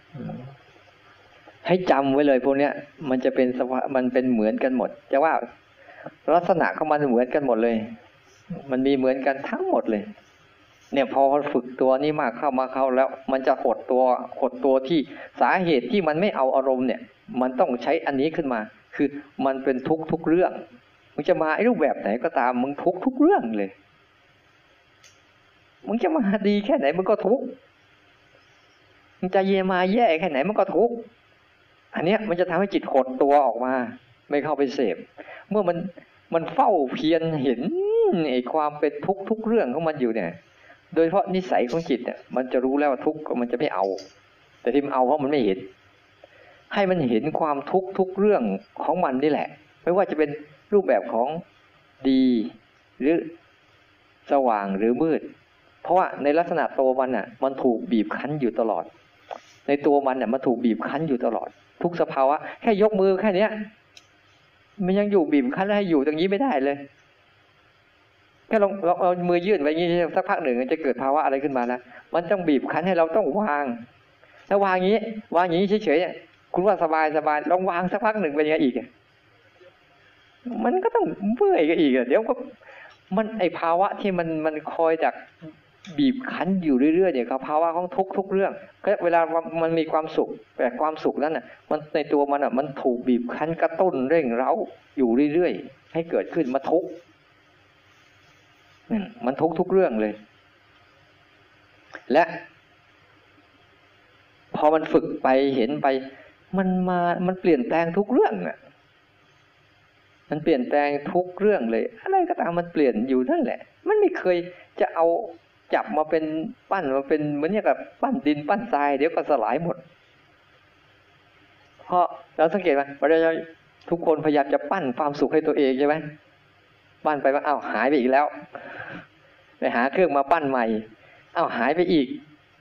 Speaker 1: ให้จำไว้เลยพวกเนี้ยมันจะเป็นมันเป็นเหมือนกันหมดจะว่าลักษณะของมันเหมือนกันหมดเลยมันมีเหมือนกันทั้งหมดเลยเนี่ยพอฝึกตัวนี้มากเข้าแล้วมันจะหดตัวที่สาเหตุที่มันไม่เอาอารมณ์เนี่ยมันต้องใช้อันนี้ขึ้นมาคือมันเป็นทุกเรื่องมึงจะมาไอ้รูปแบบไหนก็ตามมึงทุกเรื่องเลยมึงจะมาดีแค่ไหนมึงก็ทุกมึงจะมาแย่แค่ไหนมันก็ทุกอันเนี้ยมันจะทำให้จิตหดตัวออกมาไม่เข้าไปเสพเมื่อมันเฝ้าเพียรเห็นไอ้ความเป็นทุกเรื่องของมันอยู่เนี่ยโดยเฉพาะนิสัยของจิตเนี่ยมันจะรู้แล้วว่าทุกข์มันจะไม่เอาแต่ที่มันเอาเพราะมันไม่เห็นให้มันเห็นความทุกเรื่องของมันนี่แหละไม่ว่าจะเป็นรูปแบบของดีหรือสว่างหรือมืดเพราะว่าในลักษณะตัวมันน่ะมันถูกบีบคั้นอยู่ตลอดในตัวมันน่ะมันถูกบีบคั้นอยู่ตลอดทุกสภาวะแค่ยกมือแค่เนี้ยมันยังอยู่บีบคั้นให้อยู่ตรงนี้ไม่ได้เลยแค่ลองเอามือยื่นไว้อย่างนี้สักพักหนึ่งจะเกิดภาวะอะไรขึ้นมานะมันต้องบีบคั้นให้เราต้องวางแล้ววางอย่างนี้เฉยๆคุณว่าสบายลองวางสักพักหนึ่งเป็นยังไงอีกมันก็ต้องเมื่อยกันอีกเดี๋ยวก็มันไอภาวะที่มันคอยจากบีบคั้นอยู่เรื่อยๆเนี่ยครับภาวะของทุกเรื่องก็เวลามันมีความสุขแต่ความสุขนั้นน่ะมันในตัวมันอ่ะมันถูกบีบคั้นกระตุ้นเร่งเร้าอยู่เรื่อยๆให้เกิดขึ้นมาทุกข์มันทุกเรื่องเลยและพอมันฝึกไปเห็นไปมันเปลี่ยนแปลงทุกเรื่องอ่ะมันเปลี่ยนแปลงทุกเรื่องเลยอะไรก็ตามมันเปลี่ยนอยู่นั่นแหละมันไม่เคยจะเอาจับมาเป็นปั้นมาเป็นเหมือนอย่างกับปั้นดินปั้นทรายเดี๋ยวก็สลายหมดเพราะเราสังเกตไหมเราทุกคนพยายามจะปั้นความสุขให้ตัวเองใช่ไหมปั้นไปว่าอ้าวหายไปอีกแล้วไปหาเครื่องมาปั้นใหม่อ้าวหายไปอีก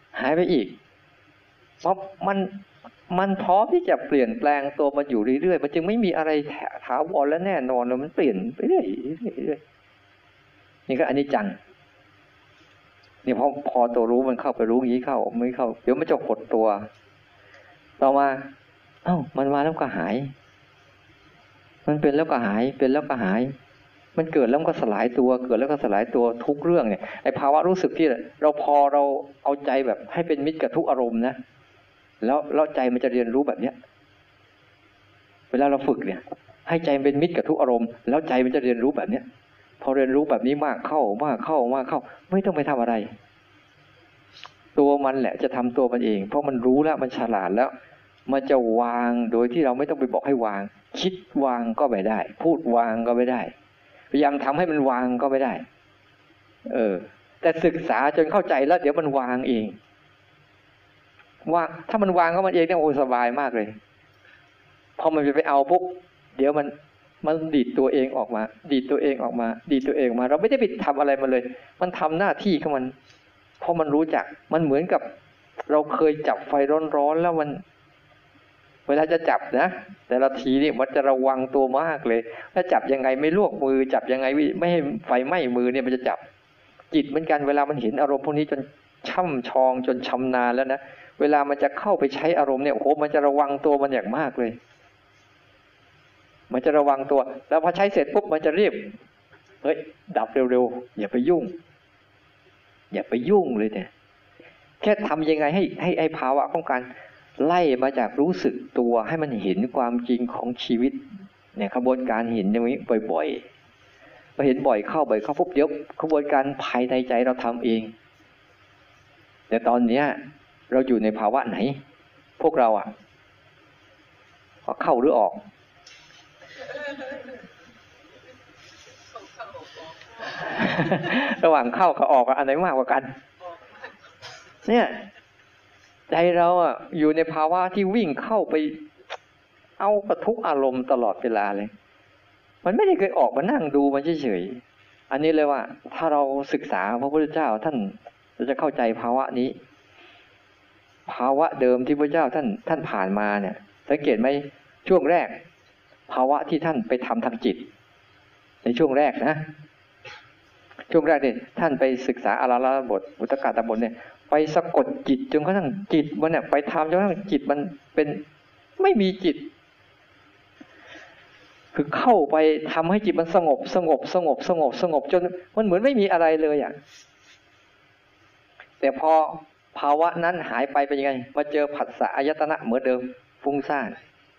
Speaker 1: เพราะมันพร้อมที่จะเปลี่ยนแปลงตัวมันอยู่เรื่อยๆมันจึงไม่มีอะไรถาวรและแน่นอนเลยมันเปลี่ยนไปเรื่อยๆนี่ก็อนิจจังนี่พอตัวรู้มันเข้าไปรู้อย่างนี้เข้าไม่เข้าเดี๋ยวมันจะหดตัวต่อมามันมาแล้วก็หายมันเป็นแล้วก็หายเป็นแล้วก็หายมันเกิดแล้วก็สลายตัวเกิดแล้วก็สลายตัวทุกเรื่องเนี่ยไอ้ภาวะรู้สึกที่เราพอเราเอาใจแบบให้เป็นมิตรกับทุกอารมณ์นะแล้วใจมันจะเรียนรู้แบบเนี้ยเวลาเราฝึกเนี่ยให้ใจเป็นมิตรกับทุกอารมณ์แล้วใจมันจะเรียนรู้แบบเนี้ยพอเรียนรู้แบบนี้มากเข้ามากเข้ามากเข้าไม่ต้องไปทำอะไรตัวมันแหละจะทำตัวมันเองเพราะมันรู้แล้วมันฉลาดแล้วมันจะวางโดยที่เราไม่ต้องไปบอกให้วางคิดวางก็ไม่ได้พูดวางก็ไม่ได้พยายามทำให้มันวางก็ไม่ได้แต่ศึกษาจนเข้าใจแล้วเดี๋ยวมันวางเองว่าถ้ามันวางก็มันเองเนี่ยโอ้สบายมากเลยพอมันไปเอาปุ๊บเดี๋ยวมันดีดตัวเองออกมาดีดตัวเองออกมาดีดตัวเองมาเราไม่ได้ไปทำอะไรมันเลยมันทำหน้าที่ของมันเพราะมันรู้จักมันเหมือนกับเราเคยจับไฟร้อนๆแล้วมันเวลาจะจับนะแต่ละทีนี่มันจะระวังตัวมากเลยถ้าจับยังไงไม่ลวกมือจับยังไงไม่ให้ไฟไหม้มือเนี่ยมันจะจับจิตเหมือนกันเวลามันเห็นอารมณ์พวกนี้จนช่ำชองจนชำนาญแล้วนะเวลามันจะเข้าไปใช้อารมณ์เนี่ยโอ้โหมันจะระวังตัวมันอย่างมากเลยมันจะระวังตัวแล้วพอใช้เสร็จปุ๊บมันจะรีบเฮ้ยดับเร็วๆอย่าไปยุ่งอย่าไปยุ่งเลยเนี่ยแค่ทำยังไงให้ภาวะของการไล่มาจากรู้สึกตัวให้มันเห็นความจริงของชีวิตเนี่ยกระบวนการเห็นอย่างนี้บ่อยๆพอเห็นบ่อยเข้าปุ๊บเดี๋ยวกระบวนการภายในใจเราทำเองแต่ตอนเนี้ยเราอยู่ในภาวะไหนพวกเราเข้าหรือออกระหว่างเข้ากับออกอันไหนมากกว่ากันเนี่ยใจเราอยู่ในภาวะที่วิ่งเข้าไปเอากระทุกอารมณ์ตลอดเวลาเลยมันไม่ได้เคยออกมานั่งดูมันเฉยๆอันนี้เลยว่าถ้าเราศึกษาพระพุทธเจ้าท่านจะเข้าใจภาวะนี้ภาวะเดิมที่พระเจ้าท่านผ่านมาเนี่ยสังเกตไหมช่วงแรกภาวะที่ท่านไปทำทางจิตในช่วงแรกนะช่วงแรกเนี่ยท่านไปศึกษาอาราลบทอุตตกตบทเนี่ยไปสะกดจิตจนกระทั่งจิตมันเนี่ยไปทำจนกระทั่งจิตมันเป็นไม่มีจิตคือเข้าไปทำให้จิตมันสงบจนมันเหมือนไม่มีอะไรเลยแต่พอภาวะนั้นหายไปเป็นยังไงมาเจอผัสสะอายตนะเหมือนเดิมฟุ้งซ่าน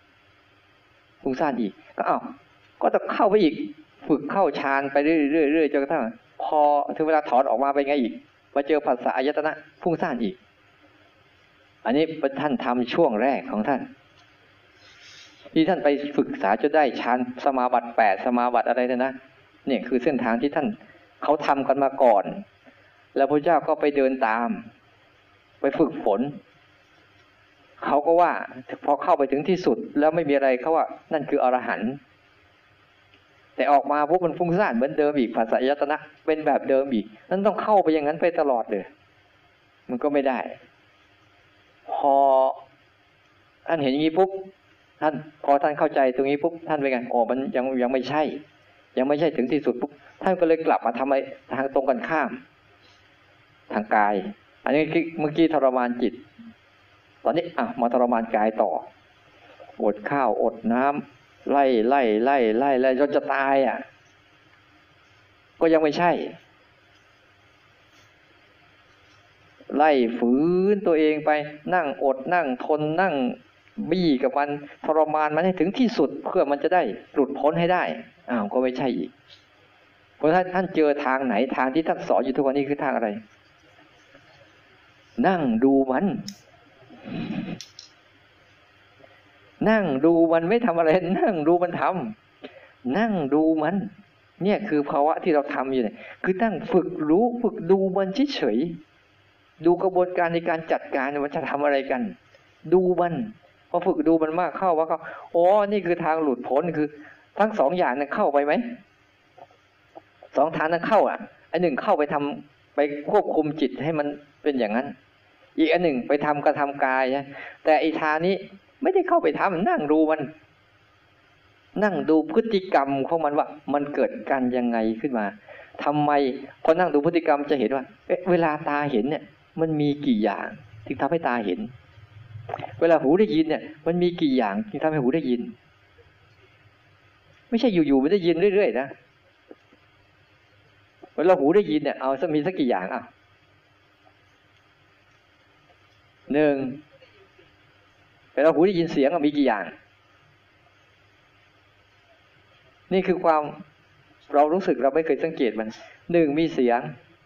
Speaker 1: อีกก็ต้องเข้าไปอีกฝึกเข้าฌานไปเรื่อยๆจนกระทั่งพอถึงเวลาถอนออกมาเป็นไงอีกมาเจอผัสสะอายตนะฟุ้งซ่านอีกอันนี้ท่านทำช่วงแรกของท่านที่ท่านไปฝึกษาจนได้ฌานสมาบัติ8สมาบัติอะไรเนี่ยคือเส้นทางที่ท่านเขาทำกันมาก่อนแล้วพระเจ้าก็ไปเดินตามไปฝึกฝนเขาก็ว่าพอเข้าไปถึงที่สุดแล้วไม่มีอะไรเขาว่านั่นคืออรหันต์แต่ออกมาพวกมันฟุ้งซ่านเหมือนเดิมอีกภาษายตนะเป็นแบบเดิมอีกนั้นต้องเข้าไปอย่างนั้นไปตลอดเลยมันก็ไม่ได้พอท่านเห็นอย่างนี้ปุ๊บพอท่านเข้าใจตรงนี้ปุ๊บท่านเป็นไงมันยังไม่ใช่ยังไม่ใช่ถึงที่สุดปุ๊บท่านก็เลยกลับมาทำอะไรทางตรงกันข้ามทางกายอันนี้เมื่อกี้ทรมานจิตตอนนี้มาทรมานกายต่ออดข้าวอดน้ำไล่จนจะตายก็ยังไม่ใช่ไล่ฝืนตัวเองไปนั่งอดนั่งทนนั่งบี้กับมันทรมานมันให้ถึงที่สุดเพื่อมันจะได้หลุดพ้นให้ได้ก็ไม่ใช่อีกเพราะท่านเจอทางไหนทางที่ท่านสอนอยู่ทุกวันนี้คือทางอะไรนั่งดูมันไม่ทำอะไรนั่งดูมันทำนั่งดูมันเนี่ยคือภาวะที่เราทำอยู่เนี่ยคือตั้งฝึกรู้ฝึกดูมันเฉยๆดูกระบวนการในการจัดการมันจะทำอะไรกันดูมันพอฝึกดูมันมากเข้าว่านี่คือทางหลุดพ้นคือทั้งสองอย่างนั้นเข้าไปไหมสองทางนั้นเข้าอันหนึ่งเข้าไปทำไปควบคุมจิตให้มันเป็นอย่างนั้นอีกอันหนึ่งไปทำกระทำกายนะแต่อีทางนี้ไม่ได้เข้าไปทำนั่งดูมันนั่งดูพฤติกรรมของมันว่ามันเกิดกันยังไงขึ้นมาทำไมพอนั่งดูพฤติกรรมจะเห็นว่าเวลาตาเห็นเนี่ยมันมีกี่อย่างที่ทำให้ตาเห็นเวลาหูได้ยินเนี่ยมันมีกี่อย่างที่ทำให้หูได้ยินไม่ใช่อยู่ๆไม่ได้ยินเรื่อยๆนะเวลาหูได้ยินเนี่ยเอามีสักกี่อย่างหนึ่งเวลาหูได้ยินเสียงมีกี่อย่างนี่คือความเรารู้สึกเราไม่เคยสังเกตมันหนึ่งมีเสียง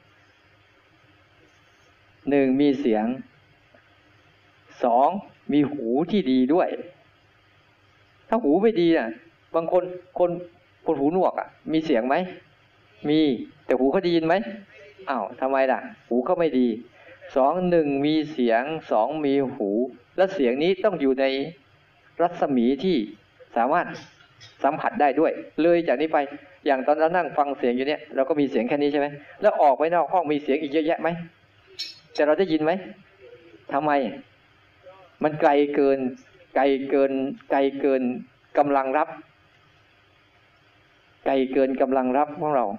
Speaker 1: สองมีหูที่ดีด้วยถ้าหูไม่ดีน่ะบางคนหูหนวกมีเสียงไหมมีแต่หูเขาได้ยินไหมอ้าวทำไมล่ะหูเขาไม่ดีหนึ่งมีเสียงสองมีหูและเสียงนี้ต้องอยู่ในรัศมีที่สามารถสัมผัสได้ด้วยเลยจากนี้ไปอย่างตอนเรานั่งฟังเสียงอยู่เนี่ยเราก็มีเสียงแค่นี้ใช่ไหมแล้วออกไปนอกห้องมีเสียงอีกเยอะแยะไหมแต่เราได้ยินไหมทำไมมันไกลเกินกำลังรับของเรา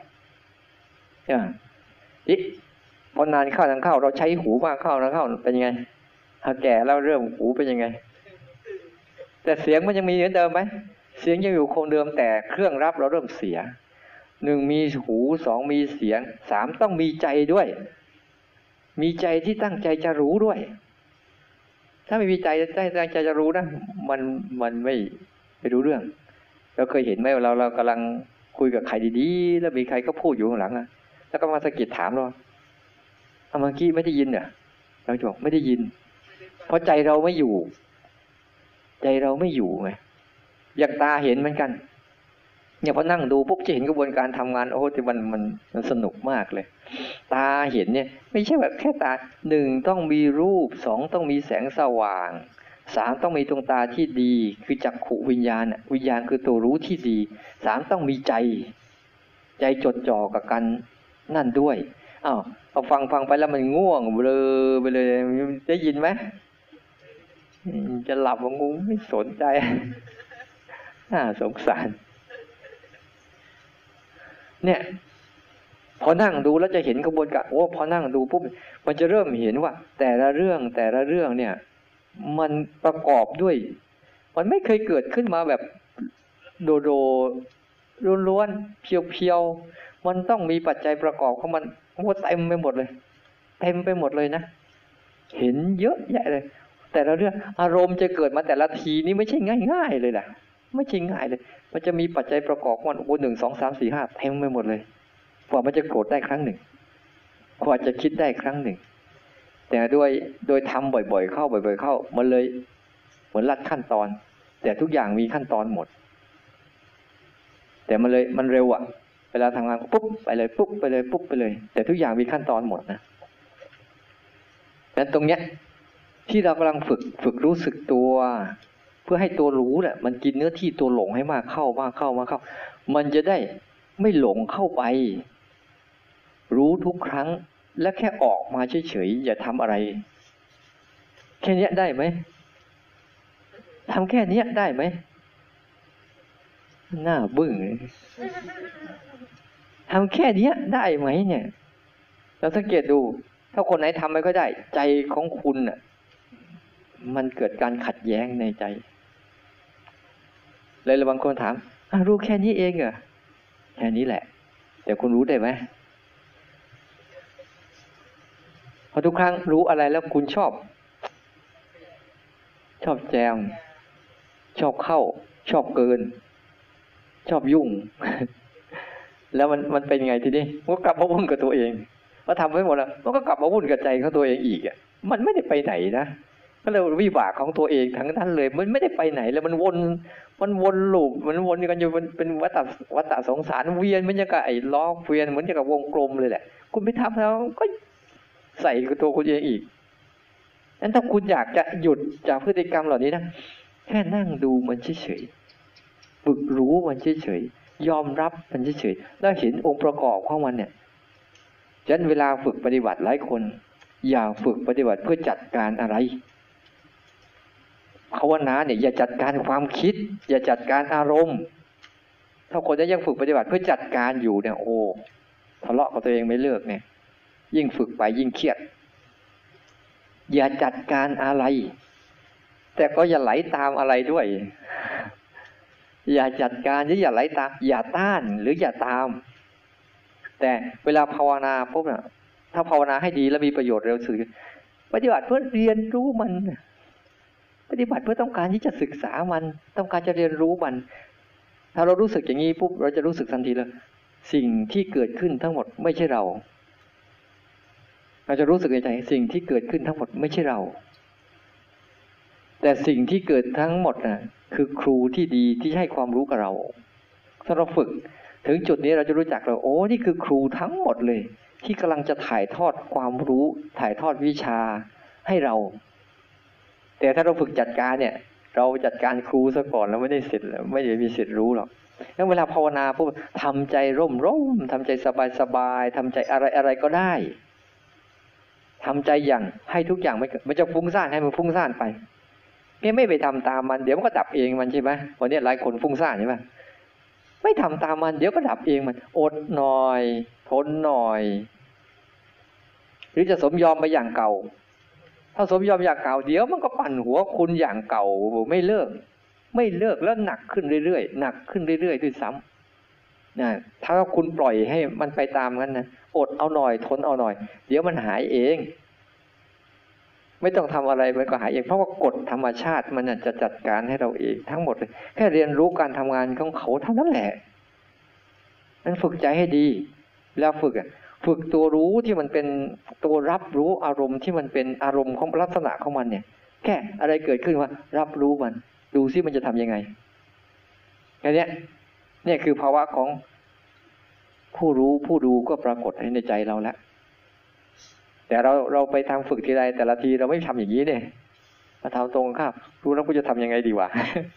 Speaker 1: พอนานเข้าเราใช้หูมากเข้าเป็นยังไงถ้าแก่แล้วเริ่มหูเป็นยังไงแต่เสียงมันยังมีเหมือนเดิมไหมเสียงยังอยู่คงเดิมแต่เครื่องรับเราเริ่มเสียหนึ่งมีหูสองมีเสียงสามต้องมีใจด้วยมีใจที่ตั้งใจจะรู้ด้วยถ้าไม่มีใจตั้งใจจะรู้นะมันไม่รู้เรื่องเราเคยเห็นไหมว่าเรากำลังคุยกับใครดีๆแล้วมีใครก็พูดอยู่ข้างหลังแล้วก็มาสะกิดถามเราเมื่อกี้ไม่ได้ยินเหรอเราจะบอกไม่ได้ยินเพราะใจเราไม่อยู่ไงอย่างตาเห็นเหมือนกันเนี่ยพอนั่งดูปุ๊บจะเห็นกระบวนการทำงานโอ้ที่มันสนุกมากเลยตาเห็นเนี่ยไม่ใช่แบบแค่ตาหนึ่งต้องมีรูปสองต้องมีแสงสว่างสามต้องมีดวงตาที่ดีคือจักขุวิญญาณคือตัวรู้ที่ดีสามต้องมีใจจดจ่อกับกันนั่นด้วยเอาฟังไปแล้วมันง่วงเบลอไปเลยได้ยินไหมจะหลับว่างูไม่สนใจน่าสงสารเนี่ยพอนั่งดูแล้วจะเห็นกระบวนการพอนั่งดูปุ๊บมันจะเริ่มเห็นว่าแต่ละเรื่องเนี่ยมันประกอบด้วยมันไม่เคยเกิดขึ้นมาแบบโดล้วนๆเพียวๆมันต้องมีปัจจัยประกอบของมันเต็มไปหมดเลยนะเห็นเยอะแยะเลยแต่ละเรื่องอารมณ์จะเกิดมาแต่ละทีนี้ไม่ใช่ง่ายเลยนะไม่ใช่ง่ายเลยมันจะมีปัจจัยประกอบมัน1 2 3 4 5เต็มไปหมดเลยกว่ามันจะโกรธได้ครั้งหนึ่งกว่าจะคิดได้ครั้งหนึ่งแต่โดยทำบ่อยๆเข้ามันเลยเหมือนลัดขั้นตอนแต่ทุกอย่างมีขั้นตอนหมดแต่มันเร็วเวลาทำงานปุ๊บไปเลยแต่ทุกอย่างมีขั้นตอนหมดนะนั้นตรงเนี้ยที่เรากำลังฝึกรู้สึกตัวเพื่อให้ตัวรู้แหละมันกินเนื้อที่ตัวหลงให้มากเข้ามันจะได้ไม่หลงเข้าไปรู้ทุกครั้งและแค่ออกมาเฉยๆอย่าทำอะไรแค่นี้ได้ไหมทำแค่นี้ได้ไหมหน้าบึ้งทำแค่นี้ได้ไหมเนี่ยเราสังเกตดูถ้าคนไหนทำไม่ค่อยได้ใจของคุณมันเกิดการขัดแย้งในใจเลยบางคนถามรู้แค่นี้เองเหรอแค่นี้แหละแต่คุณรู้ได้ไหมพอทุกครั้งรู้อะไรแล้วคุณชอบแจมชอบเข้าชอบเกินชอบยุ่ง แล้วมันเป็นไงทีนี้มันก็กลับมาวุ่นกับตัวเองพอทำไปหมดแล้วมันก็กลับมาวุ่นกับใจของตัวเองอีกมันไม่ได้ไปไหนนะก็เลยวิบากของตัวเองทั้งนั้นเลยมันไม่ได้ไปไหนเลยมันวนลูปมันวนกันอยู่มันเป็นวัฏสงสารเวียนมันจะกับไอ้ล้อเวียนเหมือนกับวงกลมเลยแหละคุณไปทำแล้วก็ใส่กับตัวคุณเองอีกนั้นถ้าคุณอยากจะหยุดจากพฤติกรรมเหล่านี้นะแค่นั่งดูมันเฉยๆฝึกรู้มันเฉยๆยอมรับมันเฉยๆแล้วเห็นองค์ประกอบของมันเนี่ยฉะนั้นเวลาฝึกปฏิบัติหลายคนอย่าฝึกปฏิบัติเพื่อจัดการอะไรภาวนาเนี่ยอย่าจัดการความคิดอย่าจัดการอารมณ์ถ้าคนจะยังฝึกปฏิบัติเพื่อจัดการอยู่เนี่ยทะเลาะกับตัวเองไม่เลิกเนี่ยยิ่งฝึกไปยิ่งเครียดอย่าจัดการอะไรแต่ก็อย่าไหลตามอะไรด้วยอย่าจัดการหรืออย่าไล่ตามอย่าต้านหรืออย่าตามแต่เวลาภาวนาปุ๊บน่ะถ้าภาวนาให้ดีแล้วมีประโยชน์เร็วสื่อปฏิบัติเพื่อเรียนรู้มันปฏิบัติเพื่อต้องการที่จะศึกษามันต้องการจะเรียนรู้มันถ้าเรารู้สึกอย่างนี้ปุ๊บเราจะรู้สึกทันทีเลยสิ่งที่เกิดขึ้นทั้งหมดไม่ใช่เราจะรู้สึกในใจสิ่งที่เกิดขึ้นทั้งหมดไม่ใช่เราแต่สิ่งที่เกิดทั้งหมดน่ะคือครูที่ดีที่ให้ความรู้กับเราถ้าเราฝึกถึงจุดนี้เราจะรู้จักเราโอ้นี่คือครูทั้งหมดเลยที่กำลังจะถ่ายทอดความรู้ถ่ายทอดวิชาให้เราแต่ถ้าเราฝึกจัดการเนี่ยเราจัดการครูซะก่อนแล้วไม่ได้สิทธิ์ไม่ได้มีสิทธิ์รู้หรอกแล้วเวลาภาวนาปุ๊บทำใจร่มทำใจสบายทำใจอะไรก็ได้ทำใจอย่างให้ทุกอย่างมันจะฟุ้งซ่านให้มันฟุ้งซ่านไปไม่ไปทำตามมันเดี๋ยวมันก็ดับเองมันใช่ไหมวันนี้หลายคนฟุ้งซ่านใช่ไหมไม่ทำตามมันเดี๋ยวก็ดับเองมันอดหน่อยทนหน่อยหรือจะสมยอมไปอย่างเก่าถ้าสมยอมอย่างเก่าเดี๋ยวมันก็ปั่นหัวคุณอย่างเก่าไม่เลิกแล้วหนักขึ้นเรื่อยๆหนักขึ้นเรื่อยๆด้วยซ้ำนะถ้าคุณปล่อยให้มันไปตามกันนะอดเอาหน่อยทนเอาหน่อยเดี๋ยวมันหายเองไม่ต้องทำอะไรมันก็หายเองเพราะว่ากฎธรรมชาติมันจะจัดการให้เราเองทั้งหมดเลยแค่เรียนรู้การทำงานของเขาเท่านั้นแหละนั้นฝึกใจให้ดีแล้วฝึกตัวรู้ที่มันเป็นตัวรับรู้อารมณ์ที่มันเป็นอารมณ์ของลักษณะของมันเนี่ยแค่อะไรเกิดขึ้นว่ารับรู้มันดูซิมันจะทำยังไงแค่นี้เนี่ยคือภาวะของผู้รู้ผู้ดูก็ปรากฏในใจเราแล้วแต่เราไปทางฝึกทีไรแต่ละทีเราไม่ทำอย่างนี้เนี่ยมาทำตรงข้ามรู้แล้วกูจะทำยังไงดีวะ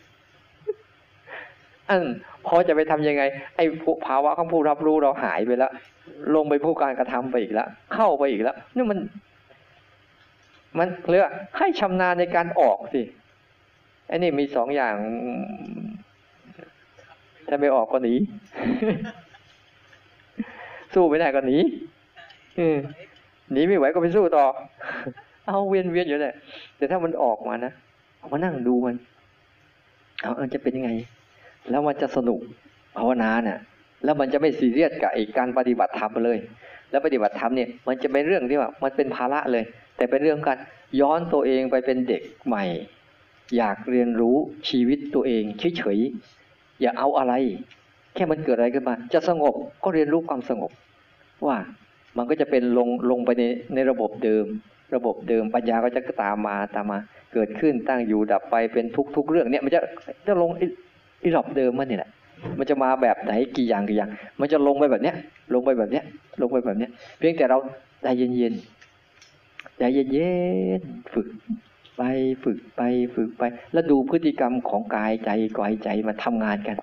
Speaker 1: พอจะไปทำยังไงไอ้ภาวะของผู้รับรู้เราหายไปแล้วลงไปผู้การกระทำไปอีกแล้วเข้าไปอีกแล้วนี่มันเรียกให้ชำนาญในการออกสิไอ้นี่มีสองอย่างถ้าไม่ออกก็หนี สู้ไม่ได้ก็หนีหนีไม่ไหวก็ไปสู้ต่อเอาเวียนอยู่เลยแต่ถ้ามันออกมานะมานั่งดูมันจะเป็นยังไงแล้วมันจะสนุกภาวนาเนี่ยแล้วมันจะไม่ซีเรียสกับการปฏิบัติธรรมเลยแล้วปฏิบัติธรรมเนี่ยมันจะเป็นเรื่องที่ว่ามันเป็นภาระเลยแต่เป็นเรื่องการย้อนตัวเองไปเป็นเด็กใหม่อยากเรียนรู้ชีวิตตัวเองเฉยๆอย่าเอาอะไรแค่มันเกิดอะไรขึ้นมาจะสงบก็เรียนรู้ความสงบว่ามันก็จะเป็นลงไปในระบบเดิมปัญญาก็จะตามมาเกิดขึ้นตั้งอยู่ดับไปเป็นทุกเรื่องเนี่ยมันจะลงอีหลอบเดิมมันนี่แหละมันจะมาแบบไหนกี่อย่างมันจะลงไปแบบเนี้ยเพียงแต่เราใจเย็นฝึกไปแล้วดูพฤติกรรมของกายใจมันทำงานกัน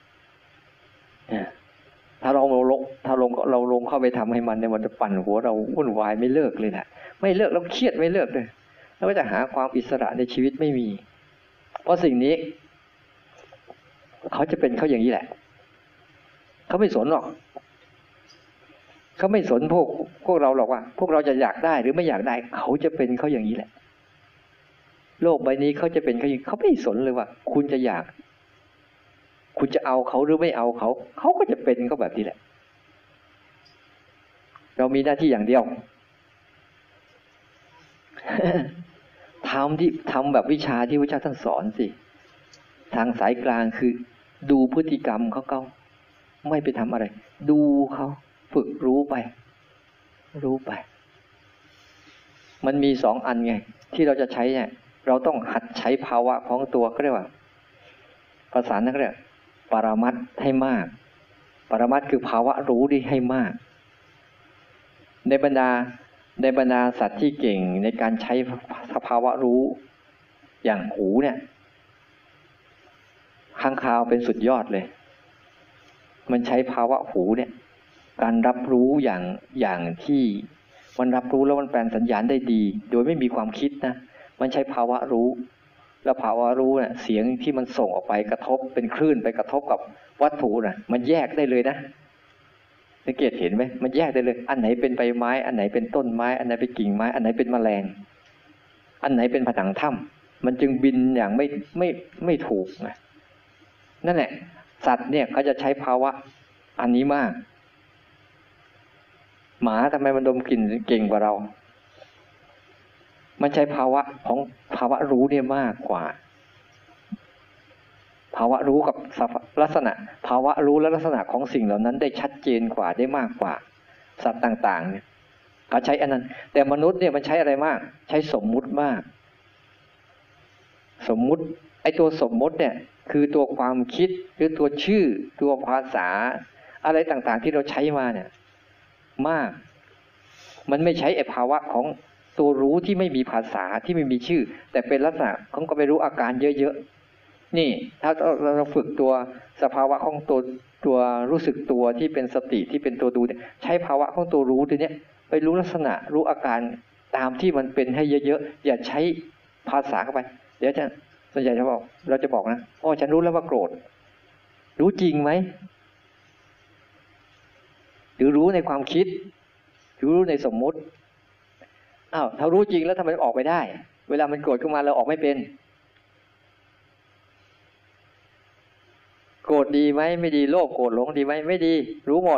Speaker 1: ถ้าเราลงเข้าไปทำให้มันเนี่ยมันจะปั่นหัวเราวุ่นวายไม่เลิกเลยแหละไม่เลิกแล้วเครียดไม่เลิกเลยแล้วก็จะหาความอิสระในชีวิตไม่มีเพราะสิ่งนี้เขาจะเป็นเขาอย่างนี้แหละเขาไม่สนหรอกเขาไม่สนพวกเราหรอกว่าพวกเราจะอยากได้หรือไม่อยากได้เขาจะเป็นเขาอย่างนี้แหละโลกใบนี้เขาจะเป็นเขาไม่สนเลยว่าคุณจะอยากคุณจะเอาเขาหรือไม่เอาเขาก็จะเป็นเขาแบบนี้แหละเรามีหน้าที่อย่างเดียว ทำแบบวิชาที่พระเจ้าท่านสอนสิทางสายกลางคือดูพฤติกรรมเขาไม่ไปทำอะไร ดูเขาฝึกรู้ไปมันมีสองอันไงที่เราจะใช้เนี่ยเราต้องหัดใช้ภาวะของตัวก็เรียกว่าภาษานักเรียนปรมัตถ์ให้มากปรมัตถ์คือภาวะรู้ที่ให้มากในบรรดาสัตว์ที่เก่งในการใช้สภาวะรู้อย่างหูเนี่ยค้างคาวเป็นสุดยอดเลยมันใช้ภาวะหูเนี่ยการรับรู้อย่างที่มันรับรู้แล้วมันแปลงสัญญาณได้ดีโดยไม่มีความคิดนะมันใช้ภาวะรู้แล้วภาวะรู้เนี่ยเสียงที่มันส่งออกไปกระทบเป็นคลื่นไปกระทบกับวัตถุน่ะมันแยกได้เลยนะสังเกตเห็นไหมมันแยกได้เลยอันไหนเป็นใบไม้อันไหนเป็นต้นไม้อันไหนเป็นกิ่งไม้อันไหนเป็นแมลงอันไหนเป็นผนังถ้ำมันจึงบินอย่างไม่ถูกนะนั่นแหละสัตว์เนี่ยเขาจะใช้ภาวะอันนี้มากหมาทำไมมันดมกลิ่นเก่งกว่าเรามันใช้ภาวะของภาวะรู้เนี่ยมากกว่าภาวะรู้กับลักษณะภาวะรู้และลักษณะของสิ่งเหล่านั้นได้ชัดเจนกว่าได้มากกว่าสัตว์ต่างๆเนี่ยเขาใช้อันนั้นแต่มนุษย์เนี่ยมันใช้อะไรมากใช้สมมุติมากสมมุติไอ้ตัวสมมุติเนี่ยคือตัวความคิดหรือตัวชื่อตัวภาษาอะไรต่างๆที่เราใช้มาเนี่ยมากมันไม่ใช้ไอ้ภาวะของตัวรู้ที่ไม่มีภาษาที่ไม่มีชื่อแต่เป็นลักษณะของก็ไปรู้อาการเยอะๆนี่ถ้าเราฝึกตัวสภาวะของตัวรู้สึกตัวที่เป็นสติที่เป็นตัวดูเนี่ยใช้ภาวะของตัวรู้ตัวเนี้ยไปรู้ลักษณะรู้อาการตามที่มันเป็นให้เยอะๆอย่าใช้ภาษาเข้าไปเดี๋ยวจะส่วนใหญ่จะบอกเราจะบอกนะอ๋อฉันรู้แล้วว่าโกรธรู้จริงไหมหรือรู้ในความคิดหรือรู้ในสมมุติอ้าวถ้ารู้จริงแล้วทำไมออกไปได้เวลามันโกรธขึ้นมาเราออกไม่เป็นโกรธดีไหมไม่ดีโลภโกรธหลงดีไหมไม่ดีรู้หมด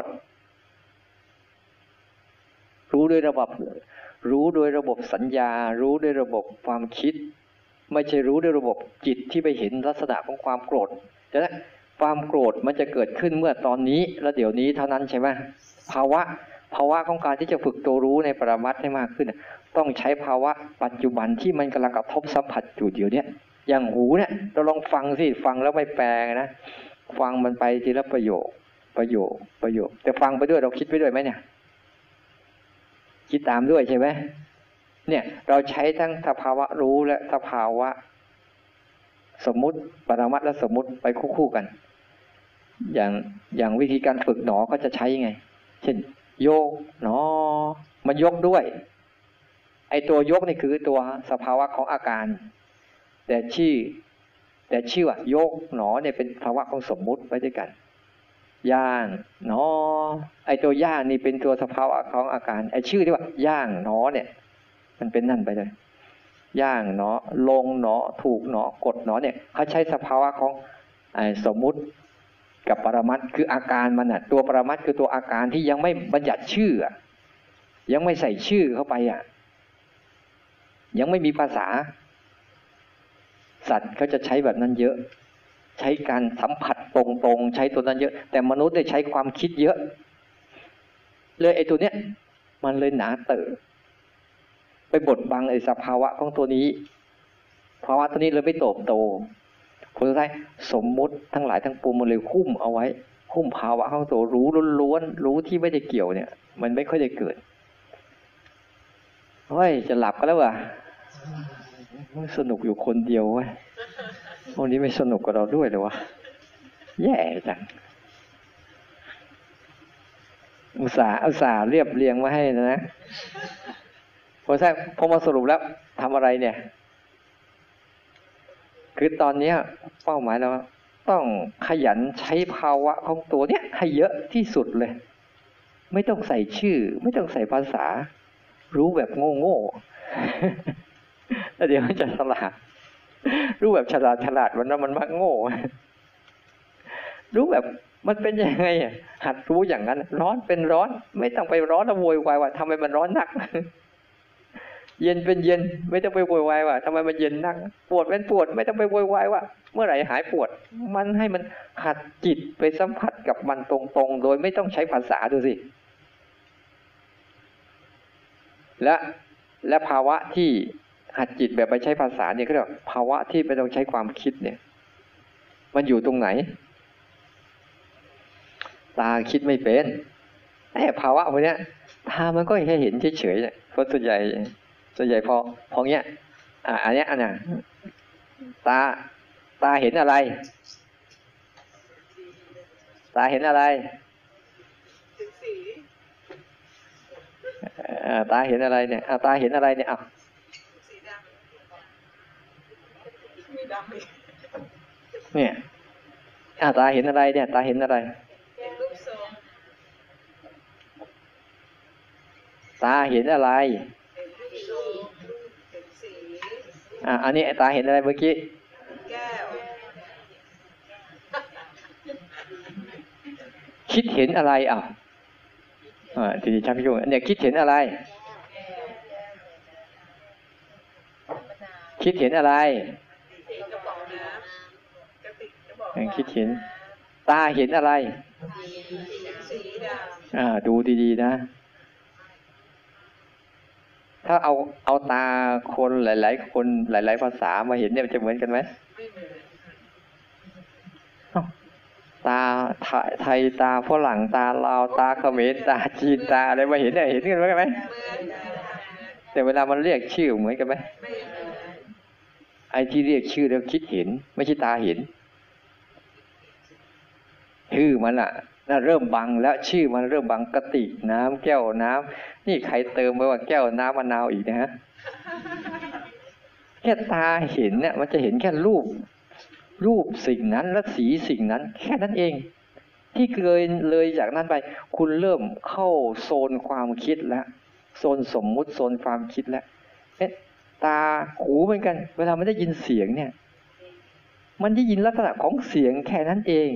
Speaker 1: รู้โดยระบบสัญญารู้โดยระบบความคิดไม่ใช่รู้ด้วยระบบจิตที่ไปเห็นลักษณะของความโกรธแต่ความโกรธมันจะเกิดขึ้นเมื่อตอนนี้และเดี๋ยวนี้เท่านั้นใช่ไหมภาวะของการที่จะฝึกตัวรู้ในปรมัตถ์ให้มากขึ้นต้องใช้ภาวะปัจจุบันที่มันกำลังกระทบสัมผัสอยู่เดี๋ยวนี้อย่างหูเนี่ยเราลองฟังสิฟังแล้วไม่แปลนะฟังมันไปทีละประโยคแต่ฟังไปด้วยเราคิดไปด้วยไหมเนี่ยคิดตามด้วยใช่ไหมเนี่ยเราใช้ทั้งสภาวะรู้และสภาวะสมมุติปรมัตถ์และสมมุติไปคู่กันอย่างวิธีการฝึกหนอก็จะใช้ไงเช่นโยกหนอมันยกด้วยไอตัวยกนี่คือตัวสภาวะของอาการแต่ชื่อว่าโยกหนอเนี่ยเป็นภาวะของสมมุติไปด้วยกันย่างหนอไอตัวย่างนี่เป็นตัวสภาวะของอาการไอชื่อที่ว่าย่างหนอเนี่ยมันเป็นนั่นไปเลยย่างหนอลงหนอถูกหนอกดหนอเนี่ยเขาใช้สภาวะของสมมุติกับปรมัตถ์คืออาการมันน่ะตัวปรมัตถ์คือตัวอาการที่ยังไม่บัญญัติชื่อยังไม่ใส่ชื่อเข้าไปยังไม่มีภาษาสัตว์เขาจะใช้แบบนั้นเยอะใช้การสัมผัสตรงๆใช้ตัวนั้นเยอะแต่มนุษย์ได้ใช้ความคิดเยอะเลยไอ้ตัวเนี้ยมันเลยหนาเต๋อไปบดบังไอ้สภาวะของตัวนี้ภาวะตัวนี้เลยไม่โตผลสุดท้ายสมมุติทั้งหลายทั้งปวงมันเลยหุ้มเอาไว้หุ้มภาวะของตัวรู้ล้วนๆรู้ที่ไม่ได้เกี่ยวเนี่ยมันไม่ค่อยได้เกิดเฮ้ยจะหลับกันแล้วว่ะสนุกอยู่คนเดียวเว้ยวันนี้ไม่สนุกกับเราด้วยเลยวะแย่จังอุตส่าห์เรียบเรียงมาให้นะพอมาสรุปแล้วทำอะไรเนี่ยคือตอนนี้เป้าหมายเราต้องขยันใช้ภาวะของตัวเนี้ยให้เยอะที่สุดเลยไม่ต้องใส่ชื่อไม่ต้องใส่ภาษารู้แบบโง่แล้วเดี๋ยวมันจะฉลาดรู้แบบฉลาดวันนั้นมันมักโง่รู้แบบมันเป็นยังไงหัดรู้อย่างนั้นร้อนเป็นร้อนไม่ต้องไปร้อนแล้วโวยวายว่าทำไมมันร้อนนักเย็นเป็นเย็นไม่ต้องไปโวยวายว่าทำไมมันเย็นนักปวดเป็นปวดไม่ต้องไปโวยวายว่าเมื่อไหร่หายปวดมันให้มันหัดจิตไปสัมผัสกับมันตรงๆโดยไม่ต้องใช้ภาษาดูสิและภาวะที่หัดจิตแบบไปใช้ภาษาเนี่ยก็เรียกภาวะที่ไม่ต้องใช้ความคิดเนี่ยมันอยู่ตรงไหนตาคิดไม่เป็นแต่ภาวะพวกนี้ตามันก็แค่เห็นเฉยๆเพราะส่วนใหญ่พอเงี้ยอันเนี้ยตาเห็นอะไรตาเห็นอะไรตาเห็นอะไรเนี่ยตาเห็นอะไรเนี่ยเนี่ยตาเห็นอะไรเนี่ยตาเห็นอะไรตาเห็นอะไรอันนี้ตาเห็นอะไรเมื่อกี้คิดเห็นอะไรทีนี้ชักยุ่งเนี่ยคิดเห็นอะไรคิดเห็นอะไรคิดเห็นตาเห็นอะไรดูดีๆนะถ้าเอาตาคนหลายๆคนหลายๆภาษามาเห็นเนี่ยมันจะเหมือนกันไหมตาไทยตาฝรั่งตาลาวตาเขมรตาจีนตาอะไรมาเห็นเนี่ยเห็นกันไหมแต่เวลามันเรียกชื่อเหมือนกันไหมไอ้ที่เรียกชื่อแล้วคิดเห็นไม่ใช่ตาเห็นชื่อมันเริ่มบังแล้วชื่อมันเริ่มบังกระติกน้ำแก้วน้ำนี่ใครเติมไปว่าแก้วน้ำมะนาวอีกนะฮะแค่ตาเห็นเนี่ยมันจะเห็นแค่รูปสิ่งนั้นและสีสิ่งนั้นแค่นั้นเองที่เลยจากนั้นไปคุณเริ่มเข้าโซนความคิดแล้วโซนสมมุติโซนความคิดแล้วตาหูเหมือนกันเวลามันได้ยินเสียงเนี่ยมันได้ยินลักษณะของเสียงแค่นั้นเอง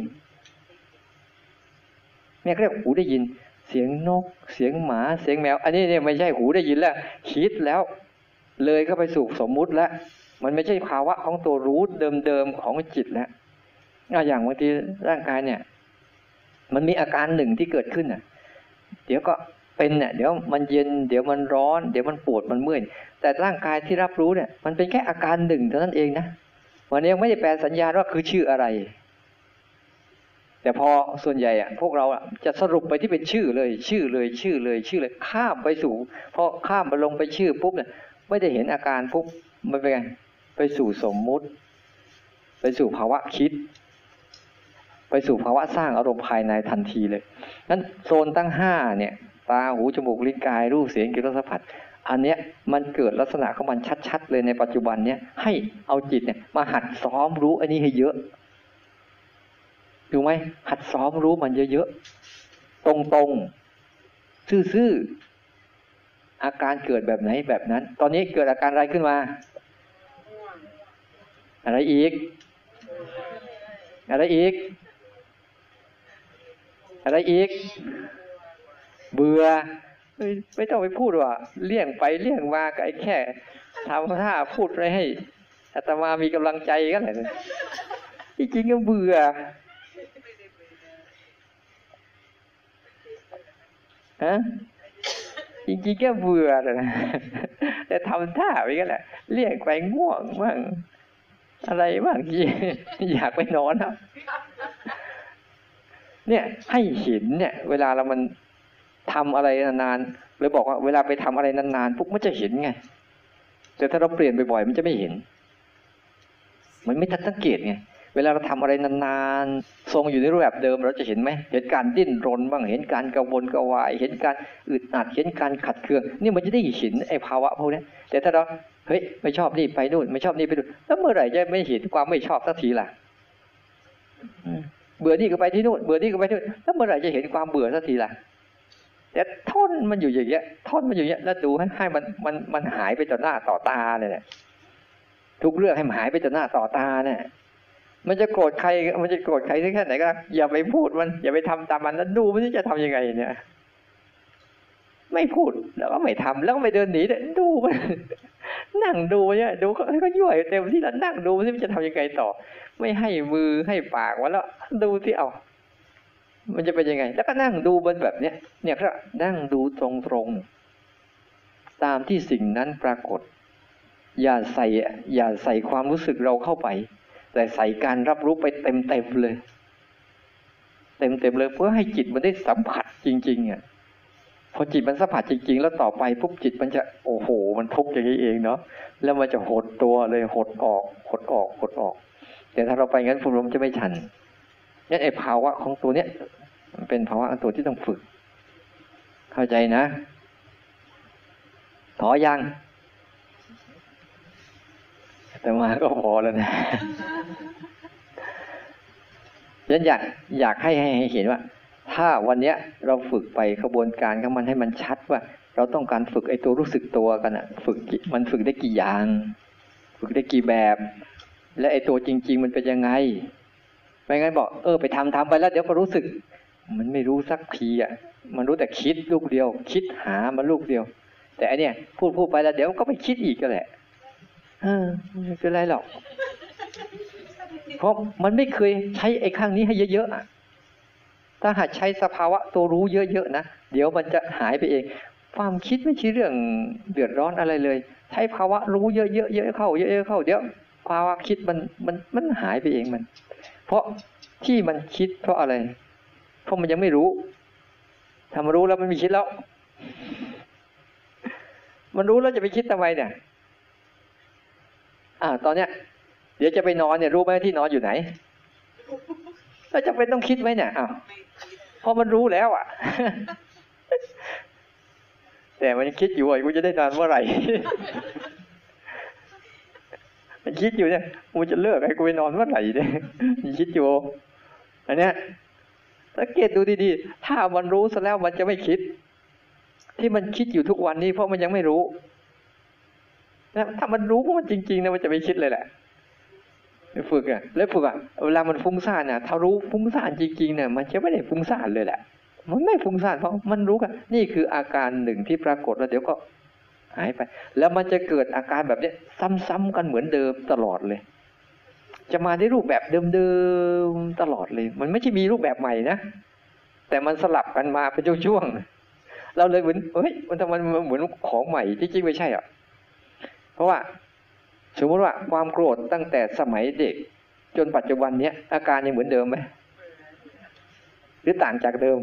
Speaker 1: เนี่ยเรียกหูได้ยินเสียงนกเสียงหมาเสียงแมวอันนี้เนี่ยไม่ใช่หูได้ยินแล้วคิดแล้วเลยก็ไปสู่สมมุติแล้วมันไม่ใช่ภาวะของตัวรู้เดิมๆของจิตแล้วอย่างบางทีร่างกายเนี่ยมันมีอาการหนึ่งที่เกิดขึ้นเดี๋ยวก็เป็นเดี๋ยวมันเย็นเดี๋ยวมันร้อนเดี๋ยวมันปวดมันเมื่อยแต่ร่างกายที่รับรู้เนี่ยมันเป็นแค่อาการหนึ่งเท่านั้นเองนะวันนี้ยังไม่ได้แปลสัญญาว่าคือชื่ออะไรแต่พอส่วนใหญ่พวกเราจะสรุปไปที่เป็นชื่อเลยข้ามไปสู่พอข้ามไปลงไปชื่อปุ๊บเนี่ยไม่ได้เห็นอาการปุ๊บมันเป็นไงไปสู่สมมุติไปสู่ภาวะคิดไปสู่ภาวะสร้างอารมณ์ภายในทันทีเลยนั้นโซนตั้ง5เนี่ยตาหูจมูกลิ้นกายรูปเสียงกลิ่นรสสัมผัสอันเนี้ยมันเกิดลักษณะของมันชัดๆเลยในปัจจุบันเนี้ยให้เอาจิตเนี่ยมาหัดซ้อมรู้อันนี้ให้เยอะถูกไหมหัดซ้อมรู้มันเยอะๆตรงๆซื่อๆอาการเกิดแบบไหนแบบนั้นตอนนี้เกิดอาการอะไรขึ้นมาอะไรอีกเบื่อไม่ต้องไปพูดว่าเลี่ยงไปเลี่ยงมาก็ไอ้แค่ทำท่าพูดอะไรให้อาตมามีกำลังใจกันเลยจริงๆก็เบื่อจริงๆก็เบื่อนะแต่ทำท่าไปกันแหละเลี่ยงไปง่วงบ้างอะไรบ้างอยากไปนอนครับเนี่ยให้เห็นเนี่ยเวลาเรามันทำอะไรนานๆเลยบอกว่าเวลาไปทำอะไรนานๆปุ๊บมันจะเห็นไงแต่ถ้าเราเปลี่ยนบ่อยๆมันจะไม่เห็นมันไม่ทันสังเกตไงเวลาเราทำอะไรนานๆทรงอยู่ในรูปแบบเดิมเราจะเห็นไหมเห็นการดิ้นรนบ้างเห็นการกระวนกระวายเห็นการอึดอัดเห็นการขัดเคืองนี่มันจะได้เห็นไอ้ภาวะพวกนี้แต่ถ้าเราเฮ้ยไม่ชอบนี่ไปนู่นไม่ชอบนี่ไปนู่นแล้วเมื่อไหร่จะไม่เห็นความไม่ชอบสักทีล่ะเบื่อนี่ก็ไปที่นู่นเบื่อนี่ก็ไปที่นู่นแล้วเมื่อไหร่จะเห็นความเบื่อสักทีล่ะแต่ท่อนมันอยู่อย่างเงี้ยแล้วดูให้มันหายไปต่อหน้าต่อตาเลยเนี่ยทุกเรื่องให้มันหายไปต่อหน้าต่อตาเนี่ยมันจะโกรธใครแค่ไหนก็อย่าไปพูดมันอย่าไปทำตามมันแล้วดูมันจะทำยังไงเนี่ยไม่พูดแล้วก็ไม่ทำแล้วก็ไม่เดินหนีเลยดูมันนั่งดูเนี่ยดูก็ย่วยเต็มที่แล้วนั่งดูมันจะทำยังไงต่อไม่ให้มือให้ปากมันแล้วดูที่มันจะเป็นยังไงแล้วก็นั่งดูมันแบบเนี้ยเนี่ยก็นั่งดูตรงๆตามที่สิ่งนั้นปรากฏอย่าใส่ความรู้สึกเราเข้าไปแต่ใส่การรับรู้ไปเต็มเลยเลยเพื่อให้จิตมันได้สัมผัสจริงๆพอจิตมันสัมผัสจริงๆแล้วต่อไปปุ๊บจิตมันจะโอ้โหมันทุกข์อย่างนี้เองเนาะแล้วมันจะหดตัวเลยหดออกแต่ถ้าเราไปงั้นฝุ่นลมจะไม่ทันงั้นไอ้ภาวะของตัวเนี้ยมันเป็นภาวะของตัวที่ต้องฝึกเข้าใจนะถอยังแต่มาก็พอแล้วนะฉันอยากให้เห็นว่าถ้าวันเนี้ยเราฝึกไปกระบวนการของมันให้มันชัดว่าเราต้องการฝึกไอ้ตัวรู้สึกตัวกันฝึกมันฝึกได้กี่อย่างฝึกได้กี่แบบและไอ้ตัวจริงๆมันเป็นยังไงไม่งั้นบอกไปทำไปแล้วเดี๋ยวก็รู้สึกมันไม่รู้สักทีอ่ะมันรู้แต่คิดลูกเดียวคิดหามันลูกเดียวแต่อันเนี้ยพูดไปแล้วเดี๋ยวก็ไปคิดอีกก็แหละไม่เป็นไรหรอกเพราะมันไม่เคยใช้ไอ้ข้างนี้ให้เยอะๆอ่ะถ้าหากใช้สภาวะตัวรู้เยอะๆนะเดี๋ยวมันจะหายไปเองความคิดไม่ใช่เรื่องเดือดร้อนอะไรเลยใช้ภาวะรู้เยอะๆเยอะเข้าเยอะๆเข้าเดี๋ยวภาวะคิดมันหายไปเองมันเพราะที่มันคิดเพราะอะไรเพราะมันยังไม่รู้ถ้ามันรู้แล้วมันมีคิดแล้วมันรู้แล้วจะไปคิดทำไมเนี่ยตอนเนี้ยเดี๋ยวจะไปนอนเนี่ยรู้ไหมที่นอนอยู่ไหนแล้วจะเป็นต้องคิดไหมเนี่ยเพราะมันรู้แล้วอ่ะแต่มันคิดอยู่ว่ากูจะได้นอนเมื่อไหร่มันคิดอยู่เนี่ยกูจะเลิกให้กูไปนอนเมื่อไหร่เนี่ยมันคิดอยู่อันเนี้ยสังเกตดูดีๆถ้ามันรู้ซะแล้วมันจะไม่คิดที่มันคิดอยู่ทุกวันนี้เพราะมันยังไม่รู้นะถ้ามันรู้ว่ามันจริงๆนะมันจะไม่คิดเลยแหละฝึกแล้วฝึกเวลามันฟุ้งซ่านนะถ้ารู้ฟุ้งซ่านจริงๆเนี่ยมันจะไม่ได้ฟุ้งซ่านเลยแหละมันไม่ฟุ้งซ่านเพราะมันรู้กันนี่คืออาการหนึ่งที่ปรากฏแล้วเดี๋ยวก็หายไปแล้วมันจะเกิดอาการแบบนี้ซ้ำๆกันเหมือนเดิมตลอดเลยจะมาในรูปแบบเดิมๆตลอดเลยมันไม่ใช่มีรูปแบบใหม่นะแต่มันสลับกันมาเป็นช่วงๆเราเลยเหมือนมันทำไมมันเหมือนของใหม่จริงๆไม่ใช่อ่ะเพราะว่าสมมติว่าความโกรธตั้งแต่สมัยเด็กจนปัจจุบันเนี้ยอาการยังเหมือนเดิมไหมหรือต่างจากเดิม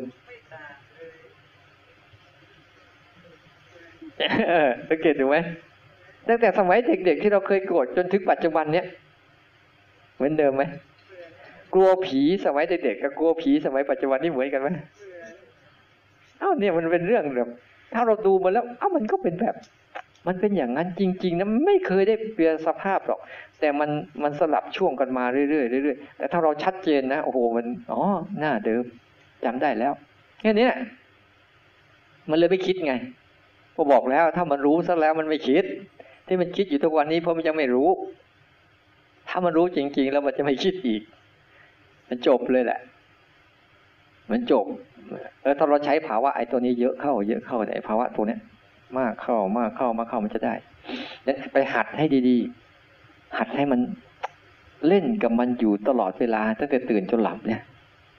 Speaker 1: สังเกตดูไหมตั้งแต่สมัยเด็กๆที่เราเคยโกรธจนถึงปัจจุบันเนี้ยเหมือนเดิมไหมกลัวผีสมัยเด็กๆกับกลัวผีสมัยปัจจุบันนี่เหมือนกันไหมเนี่ยมันเป็นเรื่องแบบถ้าเราดูมาแล้วมันก็เป็นแบบมันเป็นอย่างนั้นจริงๆนะไม่เคยได้เปลี่ยนสภาพหรอกแต่มันสลับช่วงกันมาเรื่อยๆเรื่อยๆแต่ถ้าเราชัดเจนนะโอ้โหมันหน้าเดิมจำได้แล้วแค่นี้มันเลยไม่คิดไงพอบอกแล้วถ้ามันรู้ซะแล้วมันไม่คิดที่มันคิดอยู่ทุกวันนี้เพราะมันยังไม่รู้ถ้ามันรู้จริงๆแล้วมันจะไม่คิดอีกมันจบเลยแหละมันจบถ้าเราใช้ภาวะไอ้ตัวนี้เยอะเข้าไอ้ภาวะตัวเนี้ยมากเข้ามันจะได้นั้นไปหัดให้ดีๆหัดให้มันเล่นกับมันอยู่ตลอดเวลาตั้งแต่ตื่นจนหลับเนี่ย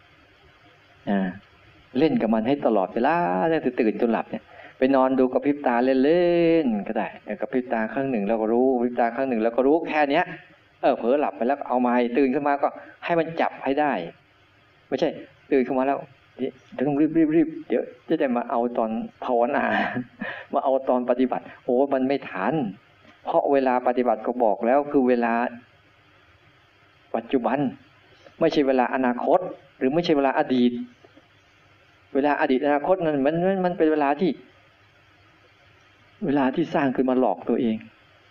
Speaker 1: เล่นกับมันให้ตลอดเวลาตั้งแต่ตื่นจนหลับเนี่ยไปนอนดูกระพริบตาเล่นๆก็ได้กระพริบตาครั้งหนึ่งแล้วก็รู้กระพริบตาครั้งหนึ่งแล้วก็รู้แค่เนี้ยเผลอหลับไปแล้วเอามาตื่นขึ้นมาก็ให้มันจับให้ได้ไม่ใช่ตื่นขึ้นมาแล้วต้องรีบเดี๋ยวจะได้มาเอาตอนภาวนามาเอาตอนปฏิบัติมันไม่ทันเพราะเวลาปฏิบัติก็บอกแล้วคือเวลาปัจจุบันไม่ใช่เวลาอนาคตหรือไม่ใช่เวลาอดีตเวลาอดีตอนาคตนั้นมันเป็นเวลาที่สร้างขึ้นมาหลอกตัวเอง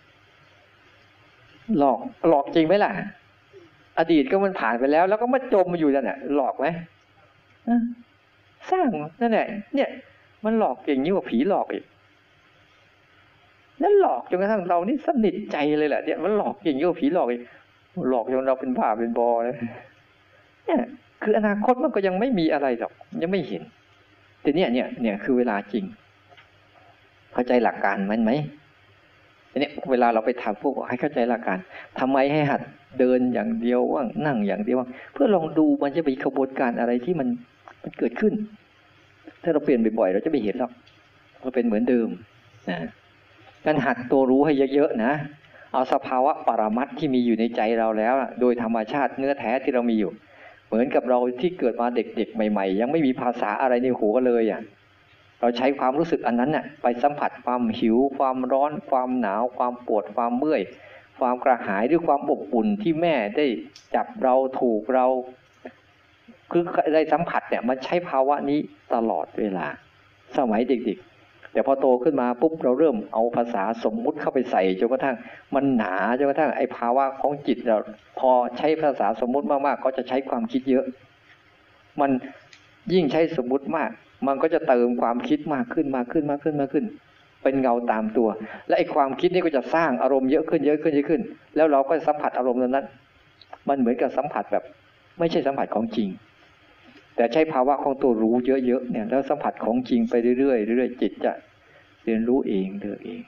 Speaker 1: หลอกจริงไหมล่ะอดีตก็มันผ่านไปแล้วก็มาจมมาอยู่นั่นแหละหลอกไหมสร้างนั่นแหละเนี่ยมันหลอกเก่งยิ่งกว่าผีหลอกอีกนั่นหลอกจนกระทั่งเรานี่สนิทใจเลยแหละเนี่ยมันหลอกเก่งยิ่งกว่าผีหลอกอีกหลอกจนเราเป็นบ้าเป็นบอเลยเนี่ยคืออนาคตมันก็ยังไม่มีอะไรหรอกยังไม่เห็นแต่เนี่ยคือเวลาจริงเข้าใจหลักการมันไหมเนี่ยเวลาเราไปทำพวกให้เข้าใจหลักการทำไมให้หัดเดินอย่างเดียวว่างนั่งอย่างเดียวว่างเพื่อลองดูมันจะมีกระบวนการอะไรที่มันเกิดขึ้นถ้าเราเปลี่ยนบ่อยๆเราจะไม่เห็นหรอกมันเป็นเหมือนเดิมนะการหัดตัวรู้ให้เยอะๆนะเอาสภาวะปรมัตถ์ที่มีอยู่ในใจเราแล้วโดยธรรมชาติเนื้อแท้ที่เรามีอยู่เหมือนกับเราที่เกิดมาเด็กๆใหม่ๆยังไม่มีภาษาอะไรในหัวเลยเราใช้ความรู้สึกอันนั้นน่ะไปสัมผัสความหิวความร้อนความหนาวความปวดความเมื่อยความกระหายหรือความอบอุ่นที่แม่ได้จับเราถูกเราคือได้สัมผัสเนี่ยมันใช้ภาวะนี้ตลอดเวลาสมัยเด็กๆแต่พอโตขึ้นมาปุ๊บเราเริ่มเอาภาษาสมมุติเข้าไปใส่จนกระทั่งมันหนาจนกระทั่งไอ้ภาวะของจิตเราพอใช้ภาษาสมมุติมากๆก็จะใช้ความคิดเยอะมันยิ่งใช้สมมุติมากมันก็จะเติมความคิดมากขึ้นเป็นเงาตามตัวและไอ้ความคิดนี่ก็จะสร้างอารมณ์เยอะขึ้นแล้วเราก็สัมผัสอารมณ์นั้นมันเหมือนกับสัมผัสแบบไม่ใช่สัมผัสของจริงแต่ใช้ภาวะของตัวรู้เยอะๆเนี่ยแล้วสัมผัสของจริงไปเรื่อยๆเรื่อยๆจิตจะเรียนรู้เองเลือกเอง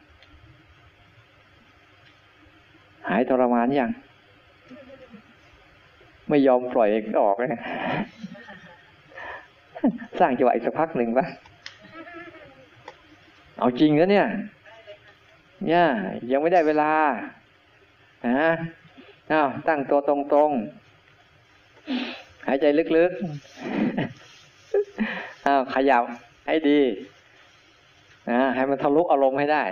Speaker 1: หายทรมานยังไม่ยอมปล่อยออกเลยสร้างจังหวะอีกสักพักหนึ่งปะเอาจริงแล้วเนี่ยยังไม่ได้เวลาตั้งตัวตรงๆหายใจลึกๆขยับให้ดีให้มันทะลุอารมณ์ให้ได้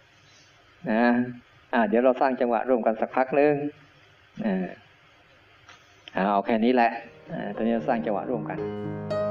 Speaker 1: เดี๋ยวเราสร้างจังหวะร่วมกันสักพักนึงเอาแค่นี้แหละตอนนี้สร้างจังหวะร่วมกัน